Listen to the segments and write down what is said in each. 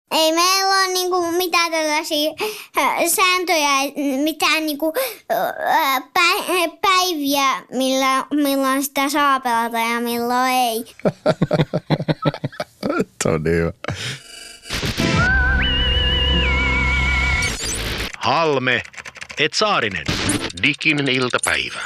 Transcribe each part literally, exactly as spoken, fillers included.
Ei meillä ole niinku mitään tällaisia sääntöjä, mitään niinku päiviä, millä, milloin sitä saa pelata ja milloin ei. Todella hyvä. Halme et Saarinen. Diginen iltapäivä.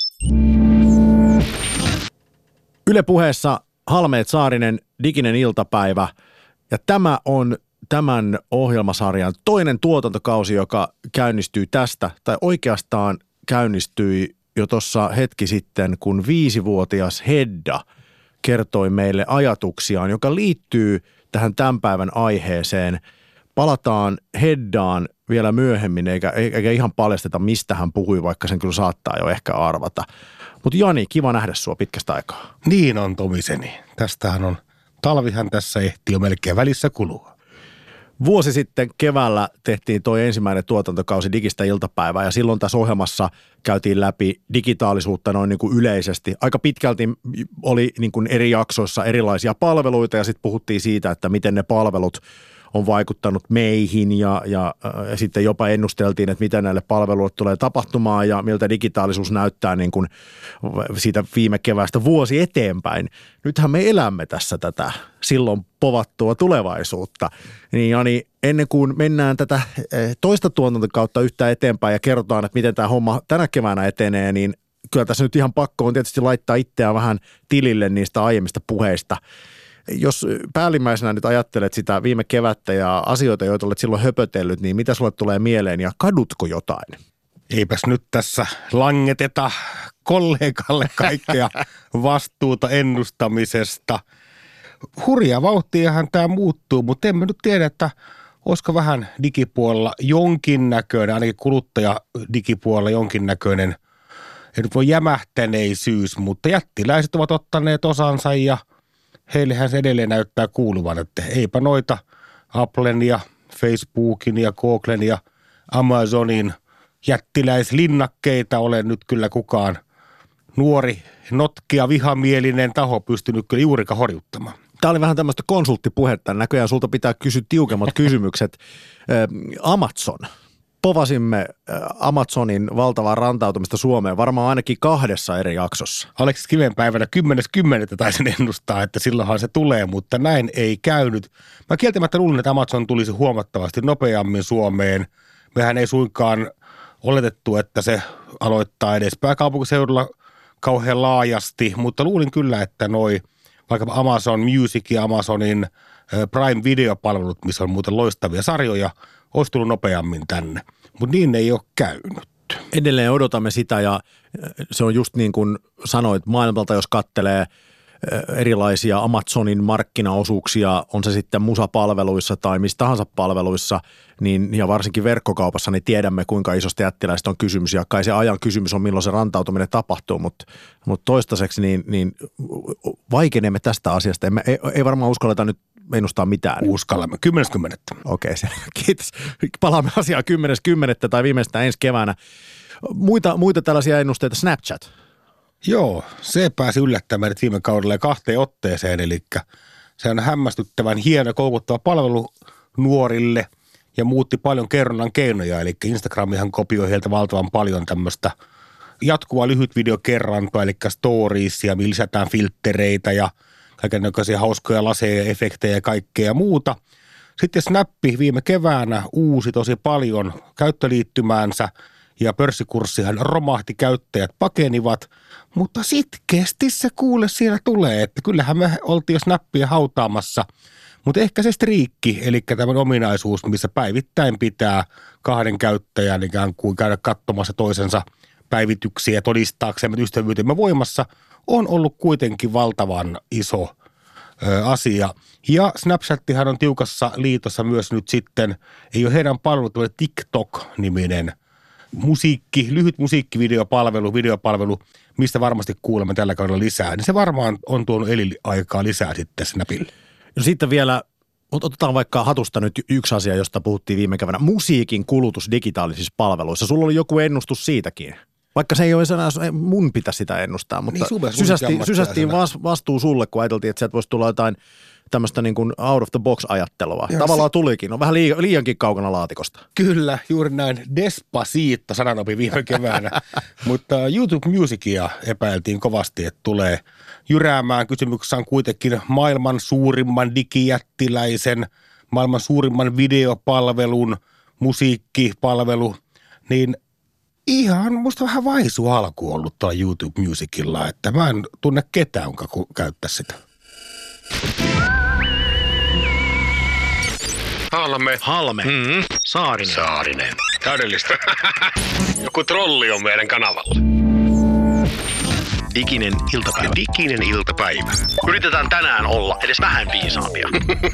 Yle Puheessa Halme et Saarinen, Diginen iltapäivä. Ja tämä on tämän ohjelmasarjan toinen tuotantokausi, joka käynnistyy tästä, tai oikeastaan käynnistyi jo tuossa hetki sitten, kun viisivuotias Hedda kertoi meille ajatuksiaan, joka liittyy tähän tämän päivän aiheeseen. Palataan Heddaan vielä myöhemmin, eikä, eikä ihan paljasteta, mistä hän puhui, vaikka sen kyllä saattaa jo ehkä arvata. Mutta Jani, kiva nähdä sua pitkästä aikaa. Niin on, Tomiseni. Tästähän on, talvihan tässä ehtii jo melkein välissä kulua. Vuosi sitten keväällä tehtiin toi ensimmäinen tuotantokausi Digistä iltapäivää ja silloin tässä ohjelmassa käytiin läpi digitaalisuutta noin niin kuin yleisesti. Aika pitkälti oli niin kuin eri jaksoissa erilaisia palveluita ja sitten puhuttiin siitä, että miten ne palvelut on vaikuttanut meihin ja, ja, ja sitten jopa ennusteltiin, että mitä näille palveluille tulee tapahtumaan ja miltä digitaalisuus näyttää niin kuin siitä viime keväästä vuosi eteenpäin. Nythän me elämme tässä tätä silloin povattua tulevaisuutta. Niin Jani, ennen kuin mennään tätä toista tuotantokautta yhtään eteenpäin ja kerrotaan, että miten tämä homma tänä keväänä etenee, niin kyllä tässä nyt ihan pakko on tietysti laittaa itseään vähän tilille niistä aiemmista puheista. Jos päällimmäisenä nyt ajattelet sitä viime kevättä ja asioita, joita olet silloin höpötellyt, niin mitä sulle tulee mieleen ja kadutko jotain? Eipäs nyt tässä langeteta kollegalle kaikkea vastuuta ennustamisesta. Hurja vauhtiahan tämä muuttuu, mutta emme nyt tiedä, että olisiko vähän digipuolella jonkinnäköinen, ainakin kuluttaja digipuolella jonkinnäköinen, ei nyt voi jämähtäneisyys, mutta jättiläiset ovat ottaneet osansa ja heillehän se edelleen näyttää kuuluvan, että eipä noita Applen ja Facebookin ja Googlen ja Amazonin jättiläislinnakkeita ole nyt kyllä kukaan nuori, notkia, vihamielinen taho pystynyt kyllä juurikaan horjuttamaan. Tämä oli vähän tämmöistä konsulttipuhetta. Näköjään sulta pitää kysyä tiukemmat kysymykset. Amazon. Povasimme Amazonin valtavaa rantautumista Suomeen varmaan ainakin kahdessa eri jaksossa. Aleksis Kivenpäivänä kymmenes kymmenettä taisin ennustaa, että silloinhan se tulee, mutta näin ei käynyt. Mä kieltämättä luulin, että Amazon tulisi huomattavasti nopeammin Suomeen. Mehän ei suinkaan oletettu, että se aloittaa edes pääkaupunkiseudulla kauhean laajasti, mutta luulin kyllä, että noi vaikka Amazon Music ja Amazonin Prime Video-palvelut, missä on muuten loistavia sarjoja, olisi tullut nopeammin tänne, mutta niin ei ole käynyt. Edelleen odotamme sitä ja se on just niin kuin sanoit, maailmalta jos kattelee erilaisia Amazonin markkinaosuuksia, on se sitten musapalveluissa tai missä tahansa palveluissa, niin, ja varsinkin verkkokaupassa, niin tiedämme kuinka isosta jättiläistä on kysymys ja kai se ajan kysymys on milloin se rantautuminen tapahtuu, mutta, mutta toistaiseksi niin, niin vaikenemme tästä asiasta. Emme, ei, ei varmaan uskalleta nyt ennustaa mitään. Uskallamme. Kymmenes kymmenettä. Okei, se, kiitos. Palaamme asiaan kymmenes kymmenettä tai viimeistään ensi keväänä. Muita, muita tällaisia ennusteita. Snapchat. Joo, se pääsi yllättämään nyt viime kaudella kahteen otteeseen, eli se on hämmästyttävän hieno koukuttava palvelu nuorille ja muutti paljon kerronnan keinoja, eli Instagramihan kopioi heiltä valtavan paljon tämmöistä jatkuvaa lyhyt videokerrantoa, eli storiesia, millä lisätään filttereitä ja kaikennäköisiä hauskoja laseja, efektejä ja kaikkea muuta. Sitten Snappi viime keväänä uusi tosi paljon käyttöliittymäänsä ja pörssikurssihan romahti, käyttäjät pakenivat, mutta sitkeästi se kuule siellä tulee, että kyllähän me oltiin jo Snappia hautaamassa, mutta ehkä se striikki, eli tämä ominaisuus, missä päivittäin pitää kahden käyttäjän ikään kuin käydä katsomassa toisensa päivityksiä todistaaksemme ystävyytemme voimassa, on ollut kuitenkin valtavan iso ö, asia. Ja Snapchattihan on tiukassa liitossa myös nyt sitten, ei ole heidän palvelut, TikTok-niminen musiikki, lyhyt musiikkivideopalvelu, videopalvelu, mistä varmasti kuulemme tällä kaudella lisää, niin se varmaan on tuonut eliniaikaa lisää sitten Snapille. No sitten vielä, otetaan vaikka hatusta nyt yksi asia, josta puhuttiin viime keväänä, musiikin kulutus digitaalisissa palveluissa. Sulla oli joku ennustus siitäkin. Vaikka se ei ole sanaa, mun pitäisi sitä ennustaa, mutta niin, sysästiin, sysästiin vastuu sulle, kun ajateltiin, että sieltä voisi tulla jotain tämmöistä niin kuin out of the box ajattelua. Joo, Tavallaan se... tulikin, on vähän liian, liiankin kaukana laatikosta. Kyllä, juuri näin. Despacito sananopi viime keväänä, mutta YouTube Musicia epäiltiin kovasti, että tulee jyräämään. Kysymyksessä on kuitenkin maailman suurimman digijättiläisen, maailman suurimman videopalvelun, musiikkipalvelu, niin ihan musta vähän vaisu alku ollut tuolla YouTube Musicilla, että mä en tunne ketään, jonka käyttää sitä. Halme. Halme. Mm-hmm. Saarinen. Saarinen. Täydellistä. Joku trolli on meidän kanavalla. Diginen iltapäivä. Diginen iltapäivä. Yritetään tänään olla edes vähän viisaampia.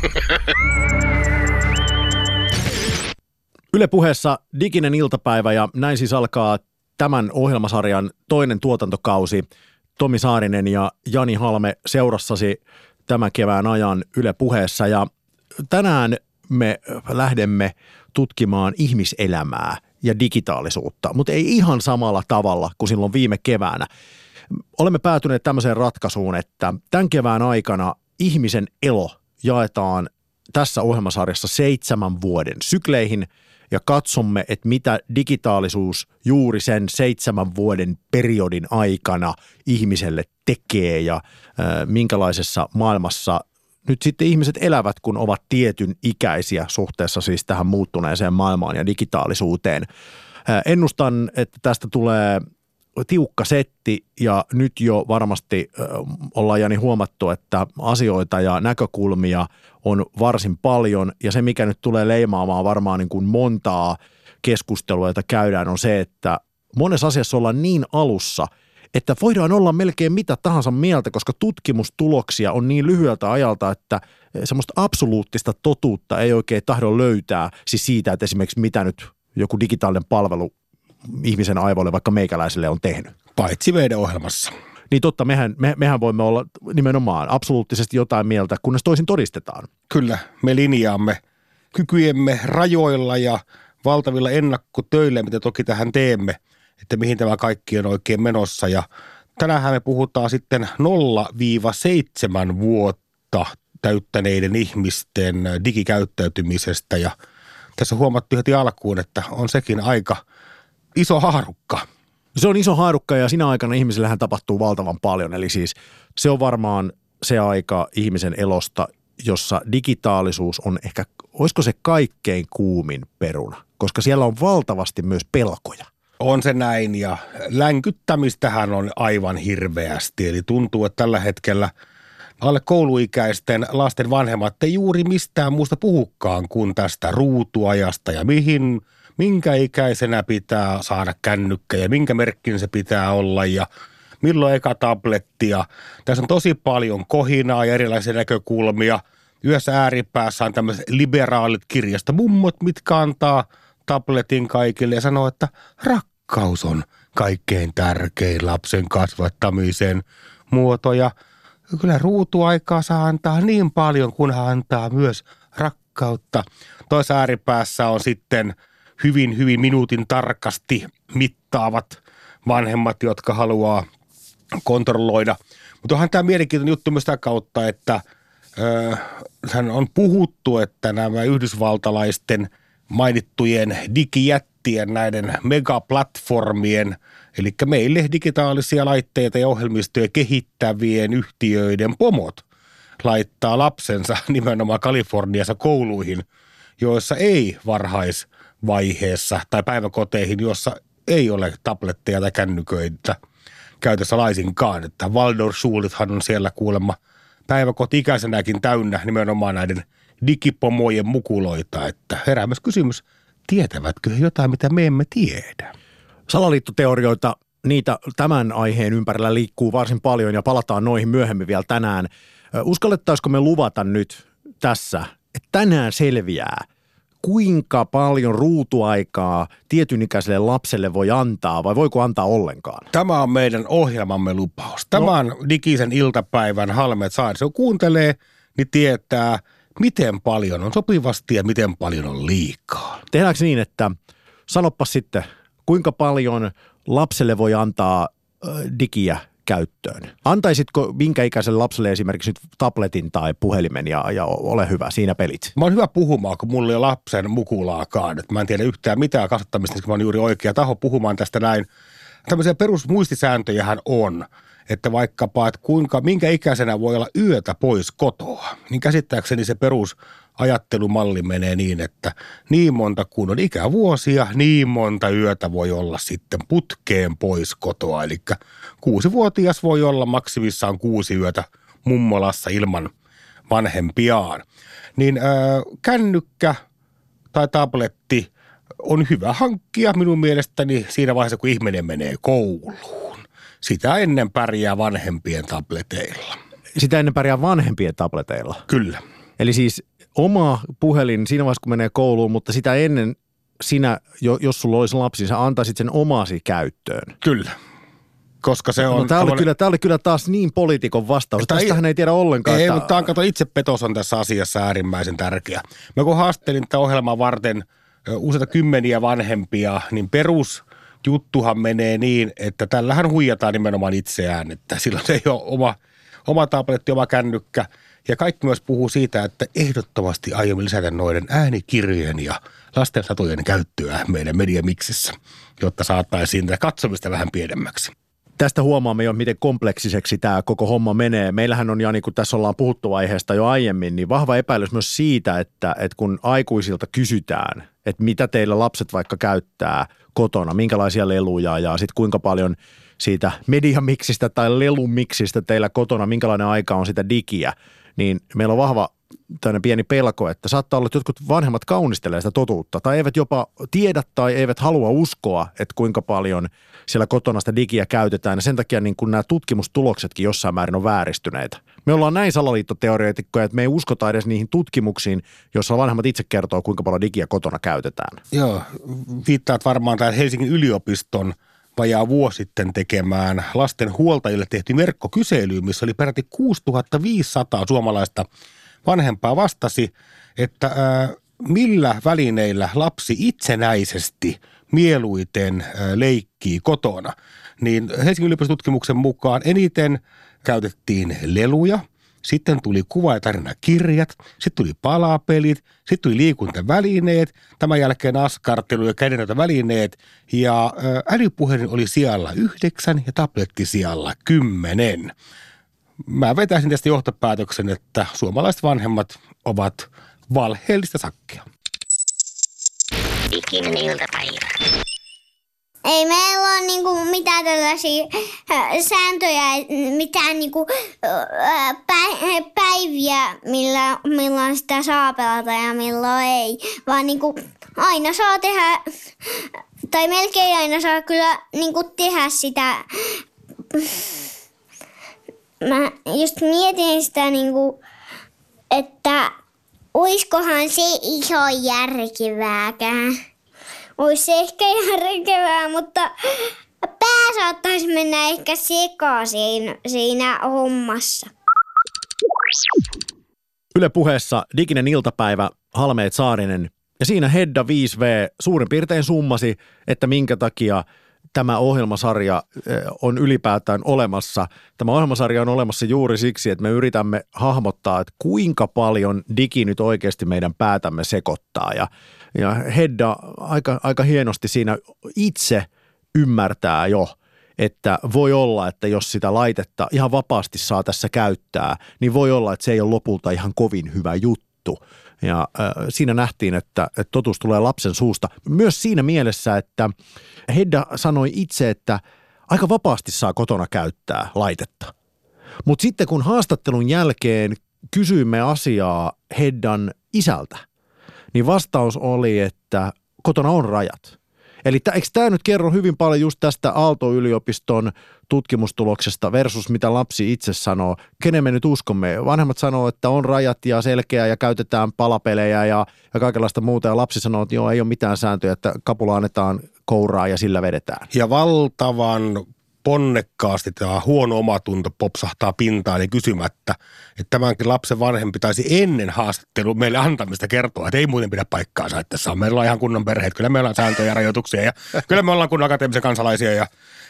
Yle Puheessa Diginen iltapäivä ja näin siis alkaa tämän ohjelmasarjan toinen tuotantokausi. Tomi Saarinen ja Jani Halme seurassasi tämän kevään ajan Yle Puheessa ja tänään me lähdemme tutkimaan ihmiselämää ja digitaalisuutta, mutta ei ihan samalla tavalla kuin silloin viime keväänä. Olemme päätyneet tämmöiseen ratkaisuun, että tämän kevään aikana ihmisen elo jaetaan tässä ohjelmasarjassa seitsemän vuoden sykleihin ja katsomme, että mitä digitaalisuus juuri sen seitsemän vuoden periodin aikana ihmiselle tekee ja äh, minkälaisessa maailmassa nyt sitten ihmiset elävät, kun ovat tietyn ikäisiä suhteessa siis tähän muuttuneeseen maailmaan ja digitaalisuuteen. Äh, ennustan, että tästä tulee tiukka setti ja nyt jo varmasti äh, ollaan Jani huomattu, että asioita ja näkökulmia on varsin paljon ja se, mikä nyt tulee leimaamaan varmaan niin kuin montaa keskustelua, jota käydään, on se, että monessa asiassa ollaan niin alussa, että voidaan olla melkein mitä tahansa mieltä, koska tutkimustuloksia on niin lyhyeltä ajalta, että semmoista absoluuttista totuutta ei oikein tahdo löytää siis siitä, että esimerkiksi mitä nyt joku digitaalinen palvelu ihmisen aivoille, vaikka meikäläiselle on tehnyt. Paitsi meidän ohjelmassa. Niin totta, mehän, me, mehän voimme olla nimenomaan absoluuttisesti jotain mieltä, kunnes toisin todistetaan. Kyllä, me linjaamme kykyjemme rajoilla ja valtavilla ennakkotöillä, mitä toki tähän teemme, että mihin tämä kaikki on oikein menossa. Ja tänään me puhutaan sitten nolla seitsemän vuotta täyttäneiden ihmisten digikäyttäytymisestä. Ja tässä huomattiin heti alkuun, että on sekin aika iso haarukka. Se on iso haarukka ja siinä aikana ihmisillähän tapahtuu valtavan paljon. Eli siis se on varmaan se aika ihmisen elosta, jossa digitaalisuus on ehkä, olisiko se kaikkein kuumin peruna, koska siellä on valtavasti myös pelkoja. On se näin ja länkyttämistähän on aivan hirveästi. Eli tuntuu, että tällä hetkellä alle kouluikäisten lasten vanhemmat ei juuri mistään muusta puhukaan kuin tästä ruutuajasta ja mihin, minkä ikäisenä pitää saada kännykkä ja minkä merkkin se pitää olla ja milloin eka tablettia. Tässä on tosi paljon kohinaa ja erilaisia näkökulmia. Yhdessä ääripäässä on tämmöiset liberaalit kirjastomummot, mitkä antaa tabletin kaikille ja sanoo, että rakkaus on kaikkein tärkein lapsen kasvattamisen muoto. Ja kyllä ruutuaikaa saa antaa niin paljon, kun hän antaa myös rakkautta. Toisessa ääripäässä on sitten hyvin, hyvin minuutin tarkasti mittaavat vanhemmat, jotka haluaa kontrolloida. Mutta onhan tämä mielenkiintoinen juttu myös sitä kautta, että ö, hän on puhuttu, että nämä yhdysvaltalaisten mainittujen digijättien, näiden megaplatformien, eli meille digitaalisia laitteita ja ohjelmistoja kehittävien yhtiöiden pomot laittaa lapsensa nimenomaan Kaliforniassa kouluihin, joissa ei varhaisvaiheessa tai päiväkoteihin, jossa ei ole tabletteja tai kännyköitä käytössä laisinkaan. Että Waldorfschulithan on siellä kuulemma päiväkoti-ikäisenäkin täynnä nimenomaan näiden digipomojen mukuloita. Että herää myös kysymys, tietävätkö he jotain, mitä me emme tiedä? Salaliittoteorioita, niitä tämän aiheen ympärillä liikkuu varsin paljon ja palataan noihin myöhemmin vielä tänään. Uskallettaisiko me luvata nyt tässä, että tänään selviää, kuinka paljon ruutuaikaa tietyn ikäiselle lapselle voi antaa vai voiko antaa ollenkaan? Tämä on meidän ohjelmamme lupaus. Tämä on no. Digisen iltapäivän Halmeet Saari. Se kuuntelee, niin tietää, miten paljon on sopivasti ja miten paljon on liikaa. Tehdäänkö niin, että sanoppa sitten, kuinka paljon lapselle voi antaa digiä käyttöön. Antaisitko minkä ikäiselle lapselle esimerkiksi nyt tabletin tai puhelimen ja, ja ole hyvä, siinä pelit? Mä oon hyvä puhumaan, kun mulla ei ole lapsen mukulaakaan. Et mä en tiedä yhtään mitään kasvattamista, koska mä oon juuri oikea taho puhumaan tästä näin. Tämmöisiä perusmuistisääntöjähän on, että vaikkapa, että kuinka, minkä ikäisenä voi olla yötä pois kotoa. Niin käsittääkseni se perusajattelumalli menee niin, että niin monta kun on ikävuosia, niin monta yötä voi olla sitten putkeen pois kotoa. Eli kuusivuotias voi olla maksimissaan kuusi yötä mummolassa ilman vanhempiaan. Niin äh, kännykkä tai tabletti on hyvä hankkia minun mielestäni siinä vaiheessa, kun ihminen menee kouluun. Sitä ennen pärjää vanhempien tableteilla. Sitä ennen pärjää vanhempien tableteilla? Kyllä. Eli siis oma puhelin siinä vaiheessa, kun menee kouluun, mutta sitä ennen sinä, jos sulla olisi lapsi, sä antaisit sen omasi käyttöön. Kyllä. Koska se on... No, tämä, oli kyllä, tämä oli kyllä taas niin poliitikon vastaus. Tästähän ei tiedä ollenkaan. Ei, että... mutta tämä kato, itsepetos on tässä asiassa äärimmäisen tärkeä. Mä kun haastelin tätä ohjelmaa varten useita kymmeniä vanhempia, niin perusjuttuhan menee niin, että tällähän huijataan nimenomaan itseään, että silloin se ei ole oma, oma tabletti, oma kännykkä. Ja kaikki myös puhuu siitä, että ehdottomasti aiomme lisätä noiden äänikirjojen ja lastensatujen käyttöä meidän mediamiksissä, jotta saataisiin tätä katsomista vähän pienemmäksi. Tästä huomaamme jo, miten kompleksiseksi tämä koko homma menee. Meillähän on, ja niin kuin tässä ollaan puhuttu aiheesta jo aiemmin, niin vahva epäilys myös siitä, että, että kun aikuisilta kysytään, että mitä teillä lapset vaikka käyttää kotona, minkälaisia leluja ja sitten kuinka paljon siitä mediamiksistä tai lelumiksistä teillä kotona, minkälainen aika on sitä digiä, niin meillä on vahva tämmöinen pieni pelko, että saattaa olla, että jotkut vanhemmat kaunistelee sitä totuutta tai eivät jopa tiedä tai eivät halua uskoa, että kuinka paljon siellä kotona sitä digiä käytetään. Ja sen takia niin kun nämä tutkimustuloksetkin jossain määrin on vääristyneitä. Me ollaan näin salaliittoteoreetikkoja, että me ei uskota edes niihin tutkimuksiin, joissa vanhemmat itse kertoo, kuinka paljon digiä kotona käytetään. Joo, viittaat varmaan tämän Helsingin yliopiston vajaa vuosi sitten tekemään lasten huoltajille tehtiin verkkokysely, missä oli peräti kuusituhatta viisisataa suomalaista vanhempaa vastasi, että ää, millä välineillä lapsi itsenäisesti mieluiten ää, leikkii kotona. Niin Helsingin yliopistotutkimuksen mukaan eniten käytettiin leluja, sitten tuli kuva- ja tarinakirjat, sitten tuli palapelit, sitten tuli liikuntavälineet, tämän jälkeen askartelu ja kädenhoitovälineet ja ää, älypuhelin oli sijalla yhdeksän ja tabletti sijalla kymmenen. Mä vetäisin tästä johtopäätöksen, että suomalaiset vanhemmat ovat valheellista sakkia. Diginen iltapäivä. Ei meillä ole niinku mitään tällaisia sääntöjä, mitään niinku päiviä, millä, milloin sitä saa pelata ja milloin ei. Vaan niinku aina saa tehdä, tai melkein aina saa kyllä niinku tehdä sitä. Mä just mietin sitä niinku, että oiskohan se ihan järkevääkään. Ois se ehkä järkevää, mutta pää saattaisi mennä ehkä sekaisin siinä hommassa. Yle Puheessa diginen iltapäivä, Halmeet Saarinen. Ja siinä Hedda viisi V suurin piirtein summasi, että minkä takia tämä ohjelmasarja on ylipäätään olemassa. Tämä ohjelmasarja on olemassa juuri siksi, että me yritämme hahmottaa, että kuinka paljon digi nyt oikeasti meidän päätämme sekoittaa. Ja, ja Hedda aika, aika hienosti siinä itse ymmärtää jo, että voi olla, että jos sitä laitetta ihan vapaasti saa tässä käyttää, niin voi olla, että se ei ole lopulta ihan kovin hyvä juttu. Ja äh, siinä nähtiin, että, että totuus tulee lapsen suusta. Myös siinä mielessä, että Hedda sanoi itse, että aika vapaasti saa kotona käyttää laitetta. Mutta sitten kun haastattelun jälkeen kysyimme asiaa Heddan isältä, niin vastaus oli, että kotona on rajat. Eli t- eikö tämä nyt kerro hyvin paljon just tästä Aalto-yliopiston tutkimustuloksesta versus mitä lapsi itse sanoo? Kenen me nyt uskomme? Vanhemmat sanoo, että on rajat ja selkeä ja käytetään palapelejä ja, ja kaikenlaista muuta. Ja lapsi sanoo, että joo, ei ole mitään sääntöjä, että kapula annetaan kouraa ja sillä vedetään. Ja valtavan ponnekkaasti tämä huono omatunto popsahtaa pintaan eli kysymättä, että tämänkin lapsen vanhempi taisi ennen haastattelua meille antamista kertoa, että ei muuten pidä paikkaansa, että tässä on meillä on ihan kunnon perheet, kyllä meillä on sääntöjä ja rajoituksia ja kyllä me ollaan kunnon akateemisia kansalaisia ja,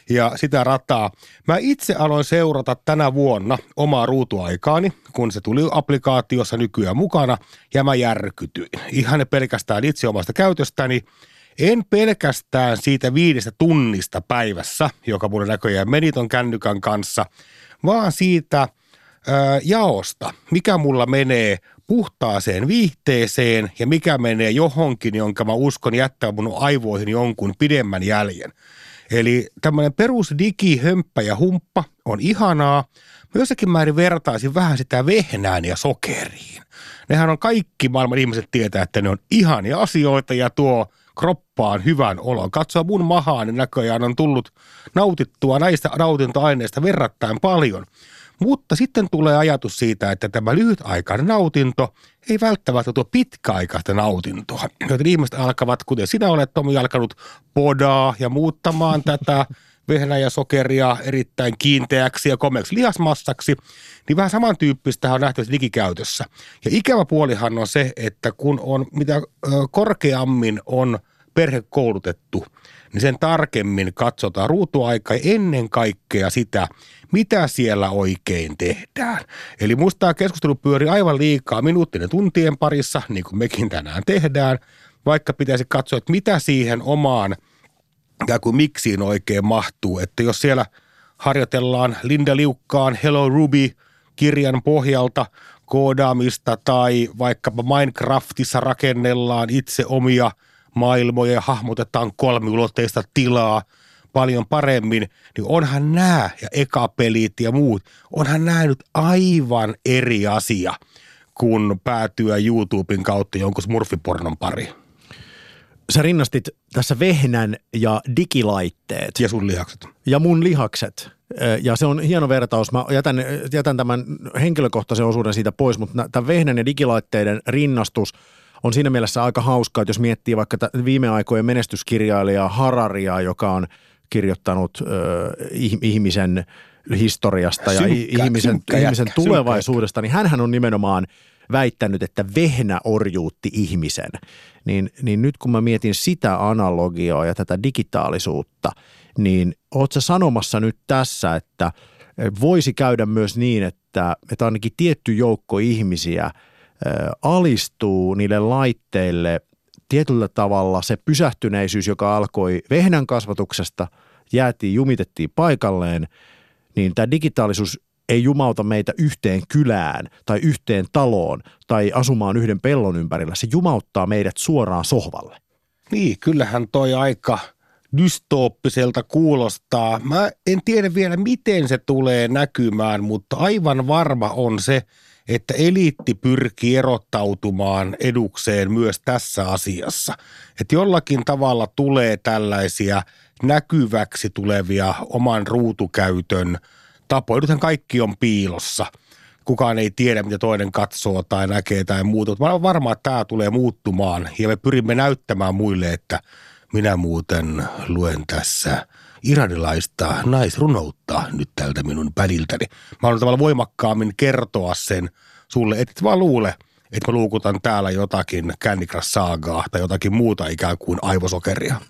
ja sitä rataa. Mä itse aloin seurata tänä vuonna omaa ruutuaikaani, kun se tuli applikaatiossa nykyään mukana, ja mä järkytyin. Ihan pelkästään itse omasta käytöstäni. En pelkästään siitä viidestä tunnista päivässä, joka mulle näköjään meni ton kännykän kanssa, vaan siitä ää, jaosta, mikä mulla menee puhtaaseen viihteeseen ja mikä menee johonkin, jonka mä uskon jättää mun aivoihin jonkun pidemmän jäljen. Eli tämmöinen perus digi, hömppä ja humppa on ihanaa. Mä jossakin määrin vertaisin vähän sitä vehnään ja sokeriin. Nehän on kaikki maailman ihmiset tietää, että ne on ihania asioita ja tuo kroppaan hyvän olon. Katsoa mun mahaan, niin näköjään on tullut nautittua näistä nautintoaineista verrattain paljon. Mutta sitten tulee ajatus siitä, että tämä lyhytaikainen nautinto ei välttämättä tuo pitkäaikaista nautintoa. Joten ihmiset alkavat, kuten sinä olet, Tomi, alkanut podaa ja muuttamaan tätä vehnää ja sokeria erittäin kiinteäksi ja komeaksi lihasmassaksi, niin vähän samantyyppistä on nähtävästi digikäytössä. Ja ikävä puolihan on se, että kun on mitä korkeammin on perhe koulutettu, niin sen tarkemmin katsotaan ruutuaikaa ja ennen kaikkea sitä, mitä siellä oikein tehdään. Eli musta tämä keskustelu pyörii aivan liikaa minuuttinen tuntien parissa, niin kuin mekin tänään tehdään, vaikka pitäisi katsoa, että mitä siihen omaan ja kuin miksiin oikein mahtuu. Että jos siellä harjoitellaan Linda Liukkaan Hello Ruby-kirjan pohjalta koodaamista tai vaikkapa Minecraftissa rakennellaan itse omia maailmoja ja hahmotetaan kolmiulotteista tilaa paljon paremmin, niin onhan nämä ja ekapelit ja muut, onhan nämä nyt aivan eri asia kuin päätyä YouTuben kautta jonkun smurfipornon pariin. Sä rinnastit tässä vehnän ja digilaitteet. Ja sun lihakset. Ja mun lihakset. Ja se on hieno vertaus. Mä jätän, jätän tämän henkilökohtaisen osuuden siitä pois, mutta tämän vehnän ja digilaitteiden rinnastus on siinä mielessä aika hauskaa, että jos miettii vaikka viime aikojen menestyskirjailijaa Hararia, joka on kirjoittanut ö, ihmisen historiasta synkkä, ja ihmisen, synkkä ihmisen jätkä, tulevaisuudesta, synkkä. niin hänhän on nimenomaan väittänyt, että vehnä orjuutti ihmisen. Niin, niin nyt kun mä mietin sitä analogiaa ja tätä digitaalisuutta, niin oot sä sanomassa nyt tässä, että voisi käydä myös niin, että, että ainakin tietty joukko ihmisiä ä, alistuu niille laitteille tietyllä tavalla se pysähtyneisyys, joka alkoi vehnän kasvatuksesta, jäätiin, jumitettiin paikalleen, niin tämä digitaalisuus ei jumauta meitä yhteen kylään tai yhteen taloon tai asumaan yhden pellon ympärillä. Se jumauttaa meidät suoraan sohvalle. Niin, kyllähän toi aika dystooppiselta kuulostaa. Mä en tiedä vielä, miten se tulee näkymään, mutta aivan varma on se, että eliitti pyrkii erottautumaan edukseen myös tässä asiassa. Että jollakin tavalla tulee tällaisia näkyväksi tulevia oman ruutukäytön tapoja. Nythän kaikki on piilossa. Kukaan ei tiedä, mitä toinen katsoo tai näkee tai muuta. Mä olen varma, että tämä tulee muuttumaan ja me pyrimme näyttämään muille, että minä muuten luen tässä iranilaista naisrunoutta nyt tältä minun pädiltäni. Mä haluan tavallaan voimakkaammin kertoa sen sulle, et vaan luule, että mä luukutan täällä jotakin Candy Crush Sagaa tai jotakin muuta ikään kuin aivosokeria.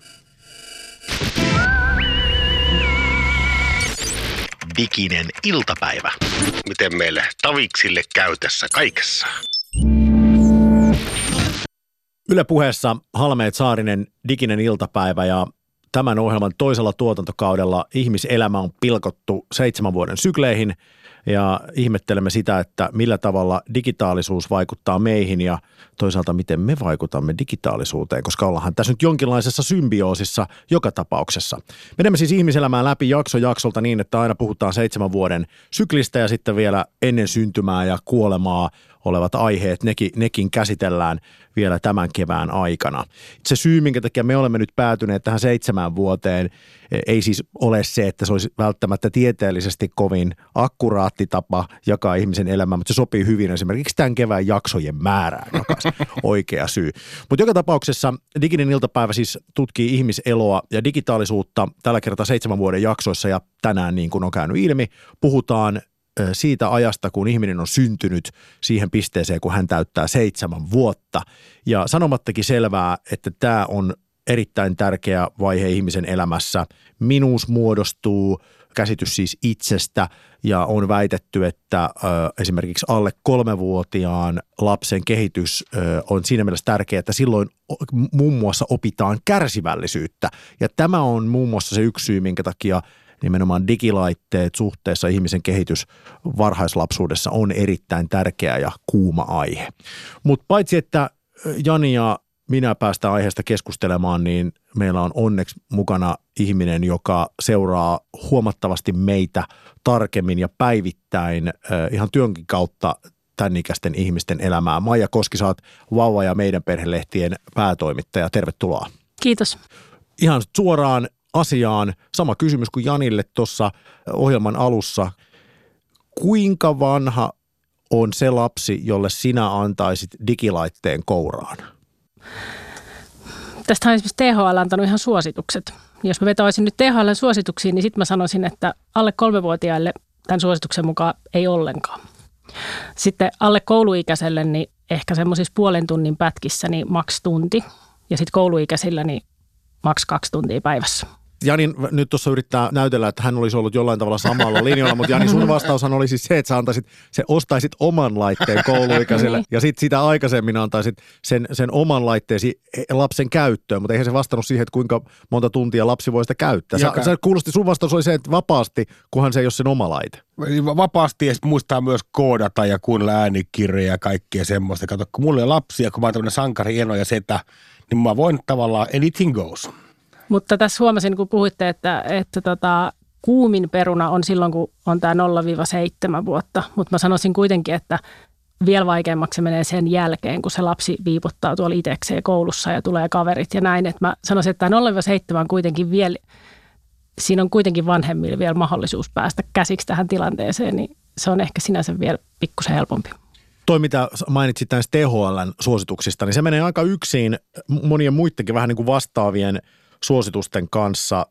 Diginen iltapäivä. Miten meille taviksille käy tässä kaikessa? Yle Puheessa Halmeet Saarinen, diginen iltapäivä, ja tämän ohjelman toisella tuotantokaudella ihmiselämä on pilkottu seitsemän vuoden sykleihin ja ihmettelemme sitä, että millä tavalla digitaalisuus vaikuttaa meihin ja toisaalta miten me vaikutamme digitaalisuuteen, koska ollaanhan tässä nyt jonkinlaisessa symbioosissa joka tapauksessa. Menemme siis ihmiselämään läpi jakso jaksolta niin, että aina puhutaan seitsemän vuoden syklistä ja sitten vielä ennen syntymää ja kuolemaa olevat aiheet, nekin, nekin käsitellään vielä tämän kevään aikana. Se syy, minkä takia me olemme nyt päätyneet tähän seitsemään vuoteen, ei siis ole se, että se olisi välttämättä tieteellisesti kovin akkuraatti tapa jakaa ihmisen elämää, mutta se sopii hyvin esimerkiksi tämän kevään jaksojen määrään, joka on oikea syy. Mutta joka tapauksessa diginen iltapäivä siis tutkii ihmiseloa ja digitaalisuutta tällä kertaa seitsemän vuoden jaksoissa ja tänään, niin kuin on käynyt ilmi, puhutaan siitä ajasta, kun ihminen on syntynyt siihen pisteeseen, kun hän täyttää seitsemän vuotta. Ja sanomattakin selvää, että tämä on erittäin tärkeä vaihe ihmisen elämässä. Minuus muodostuu käsitys siis itsestä ja on väitetty, että ö, esimerkiksi alle kolmevuotiaan lapsen kehitys ö, on siinä mielessä tärkeää, että silloin muun muassa opitaan kärsivällisyyttä. Ja tämä on muun muassa se yksi syy, minkä takia nimenomaan digilaitteet suhteessa ihmisen kehitys varhaislapsuudessa on erittäin tärkeä ja kuuma aihe. Mutta paitsi, että Jani ja minä päästään aiheesta keskustelemaan, niin meillä on onneksi mukana ihminen, joka seuraa huomattavasti meitä tarkemmin ja päivittäin äh, ihan työnkin kautta tämän ikäisten ihmisten elämää. Maija Koski, sä oot Vauva ja meidän perhelehtien päätoimittaja. Tervetuloa. Kiitos. Ihan suoraan asiaan. Sama kysymys kuin Janille tuossa ohjelman alussa. Kuinka vanha on se lapsi, jolle sinä antaisit digilaitteen kouraan? Tästä on esimerkiksi T H L antanut ihan suositukset. Jos mä vetoisin nyt T H L:n suosituksiin, niin sitten mä sanoisin, että alle kolmevuotiaille tämän suosituksen mukaan ei ollenkaan. Sitten alle kouluikäiselle, niin ehkä semmoisissa puolen tunnin pätkissä, niin maks tunti. Ja sitten kouluikäisillä, niin maks kaksi tuntia päivässä. Jani nyt tuossa yrittää näytellä, että hän olisi ollut jollain tavalla samalla linjalla, mutta Jani, sun vastaushan oli siis se, että sä antaisit, se ostaisit oman laitteen kouluikäiselle niin. Ja sitten sitä aikaisemmin antaisit sen, sen oman laitteesi lapsen käyttöön, mutta eihän se vastannut siihen, että kuinka monta tuntia lapsi voi sitä käyttää. Sä, sä kuulosti, sun vastaus oli se, että vapaasti, kunhan se ei ole sen oma laite. Vapaasti ja muistaa myös koodata ja kuunnella äänikirjoja ja kaikkea semmoista. Kato, kun mulla on lapsia, kun mä oon tämmöinen sankari, eno ja setä, niin mä voin tavallaan anything goes. Mutta tässä huomasin, kun puhuitte, että, että tota, kuumin peruna on silloin, kun on tämä nolla seitsemän vuotta. Mutta mä sanoisin kuitenkin, että vielä vaikeammaksi se menee sen jälkeen, kun se lapsi viipottaa tuolla itsekseen koulussa ja tulee kaverit ja näin. Et mä sanoisin, että tämä nolla seitsemän on kuitenkin vielä, siinä on kuitenkin vanhemmilla vielä mahdollisuus päästä käsiksi tähän tilanteeseen, niin se on ehkä sinänsä vielä pikkusen helpompi. Toi, mitä mainitsit näistä T H L:n suosituksista, niin se menee aika yksin monien muidenkin vähän niin kuin vastaavien suositusten kanssa.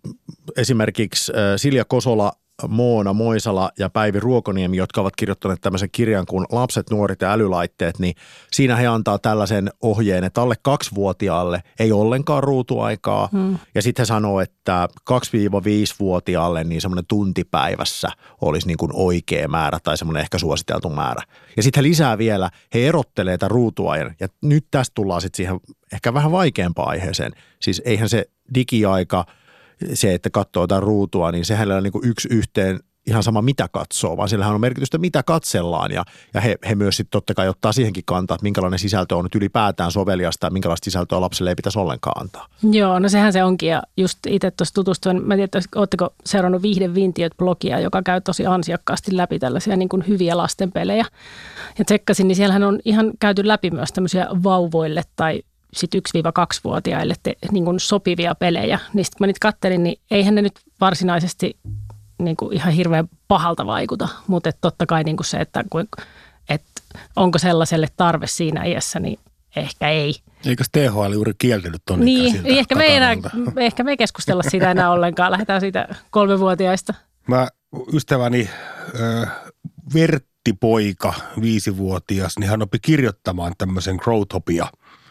Esimerkiksi Silja Kosola, Moona Moisala ja Päivi Ruokoniemi, jotka ovat kirjoittaneet tämmöisen kirjan kuin Lapset, nuoret ja älylaitteet, niin siinä he antaa tällaisen ohjeen, että alle kaksivuotiaalle ei ollenkaan ruutuaikaa. Hmm. Ja sitten he sanoo, että kaksi-viisivuotiaalle niin semmoinen tuntipäivässä olisi niin kuin oikea määrä tai semmoinen ehkä suositeltu määrä. Ja sitten he lisää vielä, he erottelee tämän ruutuajan. Ja nyt tästä tullaan sitten siihen ehkä vähän vaikeampaan aiheeseen. Siis eihän se digiaika, se, että katsoo jotain ruutua, niin sehän on niin kuin yksi yhteen ihan sama mitä katsoo, vaan sillähän on merkitystä mitä katsellaan ja, ja he, he myös sitten totta kai ottaa siihenkin kantaa, että minkälainen sisältö on nyt ylipäätään soveliasta ja minkälaista sisältöä lapselle ei pitäisi ollenkaan antaa. Joo, no sehän se onkin ja just itse tuossa tutustuin, mä tiedän, että ootteko seurannut Viihdevintiöt-blogia, joka käy tosi ansiokkaasti läpi tällaisia niin kuin hyviä lastenpelejä ja tsekkasin, niin siellähän on ihan käyty läpi myös tämmöisiä vauvoille tai sitten yksi-kaksivuotiaille te, niin kuin sopivia pelejä. Niin sitten kun mä niitä kattelin, niin eihän ne nyt varsinaisesti niin kuin ihan hirveän pahalta vaikuta. Mutta totta kai niin kuin se, että, että onko sellaiselle tarve siinä iässä, niin ehkä ei. Eikös T H L juuri kieltänyt ton niin, ikäisiltä? Ehkä me, enää, ehkä me ei keskustella siitä enää ollenkaan. Lähdetään siitä kolmevuotiaista. Mä ystäväni äh, Vertti-poika, viisivuotias, niin hän oppi kirjoittamaan tämmöisen Growtopia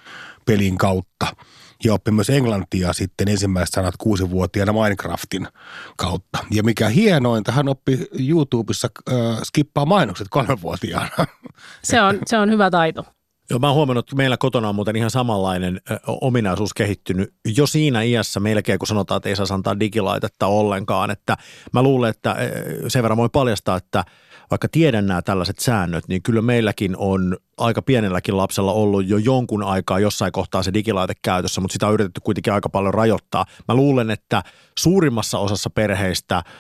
pelin kautta ja oppi myös englantia sitten ensimmäiset sanat kuusivuotiaana Minecraftin kautta. Ja mikä hienointa, hän oppi YouTubessa äh, skippaa mainokset kolmevuotiaana. Se on, se on hyvä taito. Joo, mä oon huomannut, että meillä kotona on muuten ihan samanlainen ö, ominaisuus kehittynyt jo siinä iässä melkein, kun sanotaan, että ei saa antaa digilaitetta ollenkaan. Että mä luulen, että sen verran voi paljastaa, että vaikka tiedän nämä tällaiset säännöt, niin kyllä meilläkin on aika pienelläkin lapsella ollut jo jonkun aikaa jossain kohtaa se digilaite käytössä, mutta sitä on yritetty kuitenkin aika paljon rajoittaa. Mä luulen, että suurimmassa osassa perheistä äh,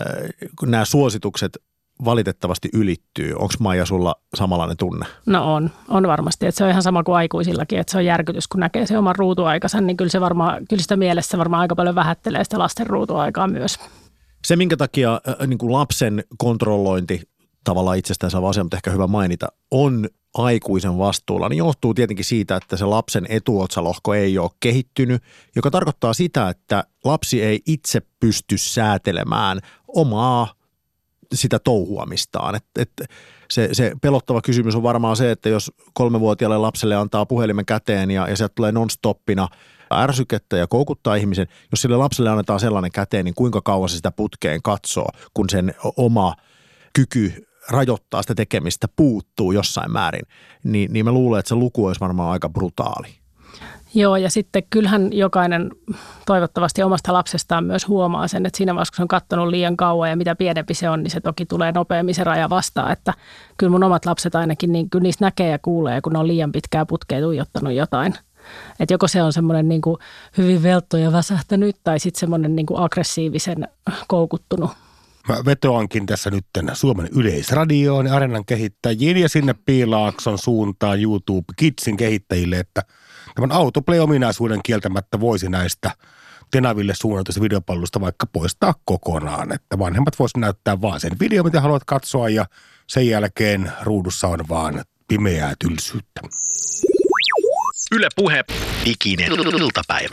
nämä suositukset valitettavasti ylittyy. Onko Maija sulla samanlainen tunne? No on, on varmasti. Että se on ihan sama kuin aikuisillakin, että se on järkytys, kun näkee se oman ruutuaikansa, niin kyllä, se varmaan, kyllä sitä mielessä varmaan aika paljon vähättelee sitä lasten ruutuaikaa myös. Se, minkä takia äh, niin kuin lapsen kontrollointi, tavallaan itsestään saa asia, mutta ehkä hyvä mainita, on aikuisen vastuulla, niin johtuu tietenkin siitä, että se lapsen etuotsalohko ei ole kehittynyt, joka tarkoittaa sitä, että lapsi ei itse pysty säätelemään omaa sitä touhuamistaan. Et, et se, se pelottava kysymys on varmaan se, että jos kolmevuotiaalle lapselle antaa puhelimen käteen ja, ja sieltä tulee non-stoppina ärsykettä ja koukuttaa ihmisen, jos sille lapselle annetaan sellainen käteen, niin kuinka kauan se sitä putkeen katsoo, kun sen oma kyky rajoittaa sitä tekemistä puuttuu jossain määrin, niin, niin mä luulen, että se luku olisi varmaan aika brutaali. Joo, ja sitten kyllähän jokainen toivottavasti omasta lapsestaan myös huomaa sen, että siinä vaiheessa, kun se on katsonut liian kauan ja mitä pienempi se on, niin se toki tulee nopeammin se raja vastaan. Että kyllä mun omat lapset ainakin, niin kyllä niistä näkee ja kuulee, kun ne on liian pitkää putkea tuijottanut jotain. Että joko se on semmoinen niin kuin hyvin veltto ja väsähtänyt tai sitten semmoinen niin kuin aggressiivisen koukuttunut. Mä vetoankin tässä nyt Suomen Yleisradioon ja Areenan kehittäjiin ja sinne Piilaakson suuntaan YouTube Kidsin kehittäjille, että tämän autoplay-ominaisuuden kieltämättä voisi näistä Tenaville suunnatuista videopalveluista vaikka poistaa kokonaan. Että vanhemmat voisivat näyttää vaan sen video, mitä haluat katsoa ja sen jälkeen ruudussa on vaan pimeää tylsyyttä. Yle Puhe, diginen iltapäivä.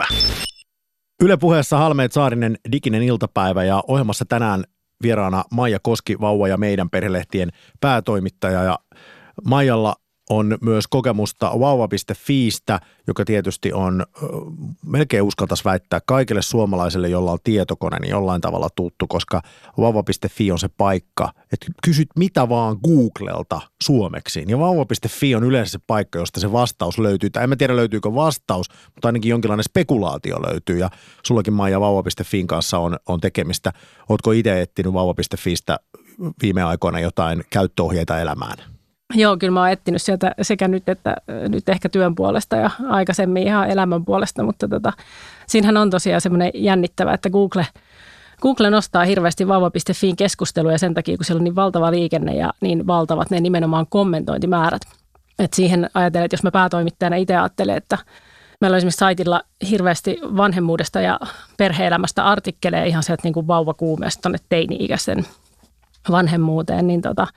Yle Puheessa Halmeet Saarinen, diginen iltapäivä ja ohjelmassa tänään vieraana Maija Koski, Vauva ja meidän perhelehtien päätoimittaja ja Maijalla on myös kokemusta vauva piste fiistä, joka tietysti on, melkein uskaltaisi väittää, kaikille suomalaisille, jolla on tietokone, niin jollain tavalla tuttu, koska vauva piste fi on se paikka, että kysyt mitä vaan Googlelta suomeksi, niin vauva piste fi on yleensä se paikka, josta se vastaus löytyy, tai en mä tiedä löytyykö vastaus, mutta ainakin jonkinlainen spekulaatio löytyy, ja sullakin Maija vauva piste fin kanssa on, on tekemistä. Ootko itse etsinyt vauva piste fistä viime aikoina jotain käyttöohjeita elämään? Joo, kyllä mä oon etsinyt sieltä sekä nyt että nyt ehkä työn puolesta ja aikaisemmin ihan elämän puolesta, mutta tota, siinähän on tosiaan semmoinen jännittävä, että Google, Google nostaa hirveästi vauva piste fin keskusteluja sen takia, kun siellä on niin valtava liikenne ja niin valtavat ne nimenomaan kommentointimäärät. Et siihen ajatellen, että jos mä päätoimittajana itse ajattelen, että meillä on esimerkiksi saitilla hirveästi vanhemmuudesta ja perhe-elämästä artikkeleja ihan sieltä niin kuin vauvakuumeesta tuonne teini-ikäisen vanhemmuuteen, niin tota,